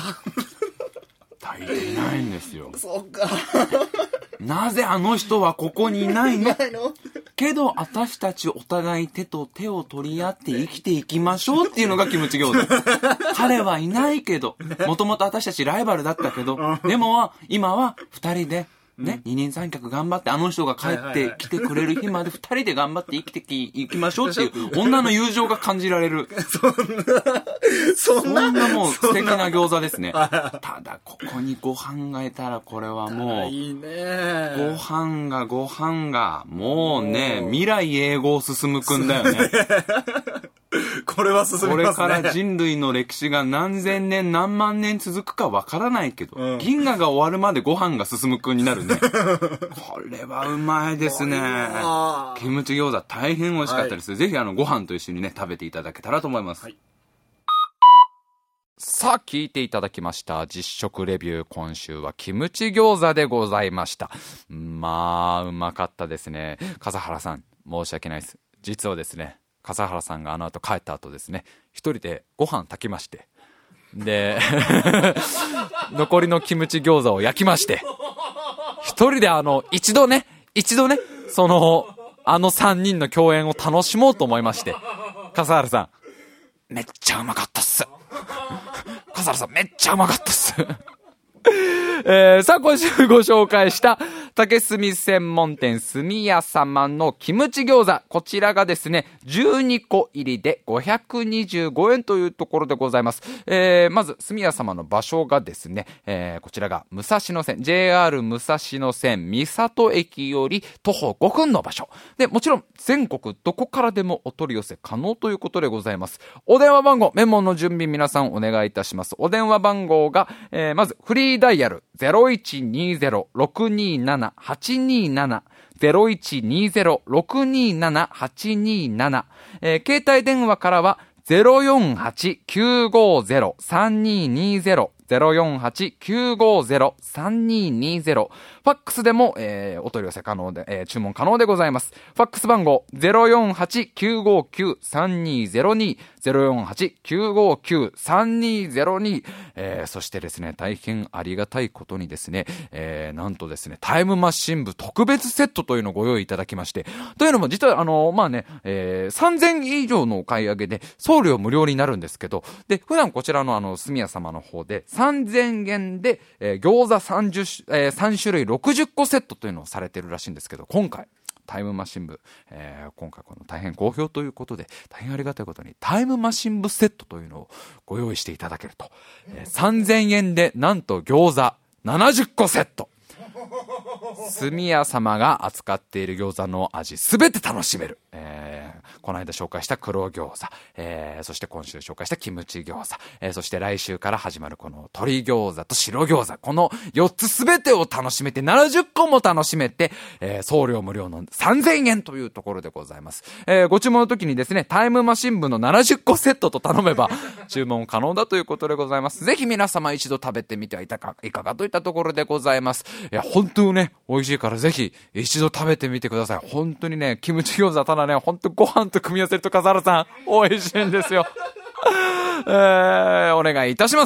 Speaker 1: 炊いていないんですよ。
Speaker 2: そっか。
Speaker 1: なぜあの人はここにいないの？けど私たちお互い手と手を取り合って生きていきましょうっていうのがキムチ餃子。彼はいないけど、もともと私たちライバルだったけど、でも今は二人で、ね、二人三脚頑張ってあの人が帰ってきてくれる日まで二人で頑張って生きていきましょうっていう女の友情が感じられる。そんなもう素敵な餃子ですね。ただここにご飯がいたらこれはもう、
Speaker 2: いいね。
Speaker 1: ご飯がもうね、未来永劫進むくんだよね。
Speaker 2: これは進みますね。
Speaker 1: これから人類の歴史が何千年何万年続くかわからないけど、銀河が終わるまでご飯が進むくんになるね。これはうまいですね。キムチ餃子大変美味しかったです。ぜひご飯と一緒にね、食べていただけたらと思います。さあ、聞いていただきました実食レビュー。今週はキムチ餃子でございました。まあうまかったですね。笠原さん、申し訳ないです。実はですね、笠原さんがあの後帰った後ですね、一人でご飯炊きまして、で残りのキムチ餃子を焼きまして、一人で一度ね3人の共演を楽しもうと思いまして、笠原さんめっちゃうまかったっす。笠原さんめっちゃうまかったっす。さあ、今週ご紹介した竹炭専門店炭屋様のキムチ餃子、こちらがですね12個入りで525円というところでございます。まず炭屋様の場所がですね、こちらが武蔵野線 JR 武蔵野線三郷駅より徒歩5分の場所で、もちろん全国どこからでもお取り寄せ可能ということでございます。お電話番号メモの準備皆さんお願いいたします。お電話番号が、まずフリーダイヤル 0120-627-827 0120-627-827、携帯電話からは 048-950-3220 048-950-3220、ファックスでも、お取り寄せ可能で、注文可能でございます。ファックス番号 048-959-3202 048-959-3202、そしてですね、大変ありがたいことにですね、なんとですね、タイムマシン部特別セットというのをご用意いただきまして、というのも実はまあね、3000以上のお買い上げで送料無料になるんですけど、で、普段こちらの炭屋様の方で3000円で、餃子3種類60個セットというのをされてるらしいんですけど、今回タイムマシン部、今回この大変好評ということで、大変ありがたいことにタイムマシン部セットというのをご用意していただけると、3000円でなんと餃子70個セット、炭屋様が扱っている餃子の味すべて楽しめる、この間紹介した黒餃子、そして今週紹介したキムチ餃子、そして来週から始まるこの鶏餃子と白餃子、この4つすべてを楽しめて70個も楽しめて、送料無料の3000円というところでございます。ご注文の時にですね、タイムマシン部の70個セットと頼めば注文可能だということでございます。ぜひ皆様一度食べてみてはいかがといったところでございます。いや本当にね美味しいからぜひ一度食べてみてください。本当にね、キムチ餃子ただね、本当ご飯と組み合わせると笠原さん美味しいんですよ。お願いいたします。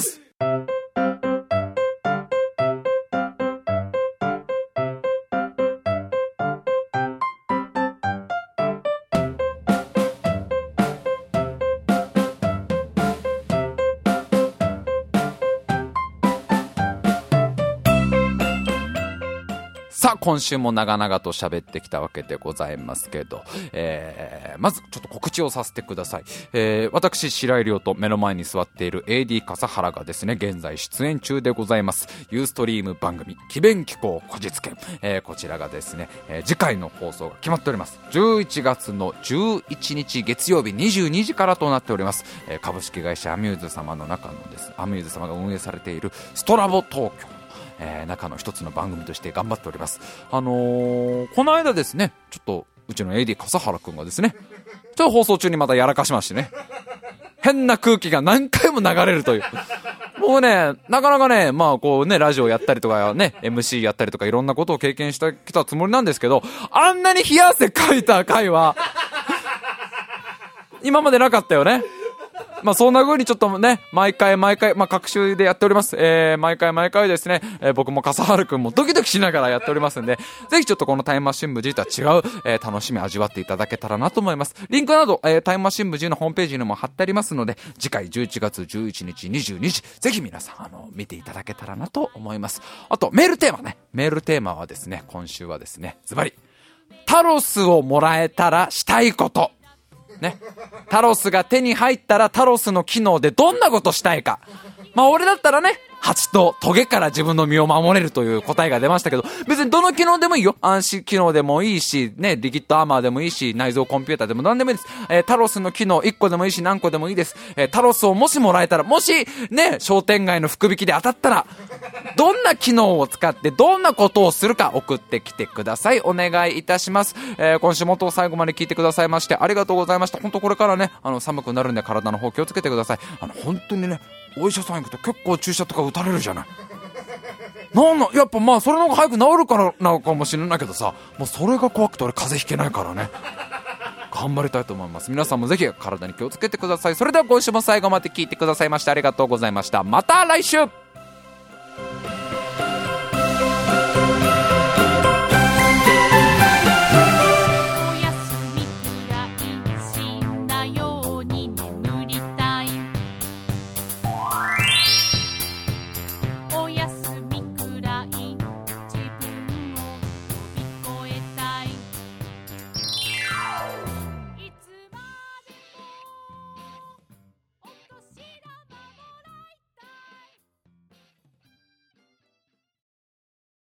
Speaker 1: さあ今週も長々と喋ってきたわけでございますけど、まずちょっと告知をさせてください。私白井亮と目の前に座っている AD 笠原がですね、現在出演中でございますユーストリーム番組奇弁奇行こじつけ、こちらがですね、次回の放送が決まっております。11月の11日月曜日22時からとなっております。株式会社アミューズ様の中のですね、アミューズ様が運営されているストラボ東京中の一つの番組として頑張っております。この間ですね、ちょっとうちの AD 笠原くんがですね、ちょっと放送中にまたやらかしましてね、変な空気が何回も流れるという。もうね、なかなかね、まあこうね、ラジオやったりとかね、MC やったりとかいろんなことを経験してきたつもりなんですけど、あんなに冷や汗かいた回は今までなかったよね。まあそんな風にちょっとね、毎回、まあ各週でやっております。毎回ですね、僕も笠原くんもドキドキしながらやっておりますんで、ぜひちょっとこのタイムマシン部 G とは違う、楽しみ味わっていただけたらなと思います。リンクなど、タイムマシン部 G のホームページにも貼ってありますので、次回11月11日22時、ぜひ皆さん見ていただけたらなと思います。あとメールテーマはですね、今週はですね、ズバリタロスをもらえたらしたいことね、タロスが手に入ったらタロスの機能でどんなことしたいか。まあ俺だったらね、蜂とトゲから自分の身を守れるという答えが出ましたけど、別にどの機能でもいいよ。暗視機能でもいいしね、リキッドアーマーでもいいし、内蔵コンピューターでも何でもいいです。タロスの機能1個でもいいし何個でもいいです。タロスをもしもらえたら、もしね、商店街の福引きで当たったらどんな機能を使ってどんなことをするか送ってきてください。お願いいたします。今週も最後まで聞いてくださいましてありがとうございました。本当これからね、寒くなるんで体の方気をつけてください。本当にね、お医者さん行くと結構注射とか打たれるじゃない。やっぱまあそれの方が早く治るからなのかもしれないけどさ、もうそれが怖くて俺風邪ひけないからね。頑張りたいと思います。皆さんもぜひ体に気をつけてください。それでは今週も最後まで聞いてくださいましてありがとうございました。また来週。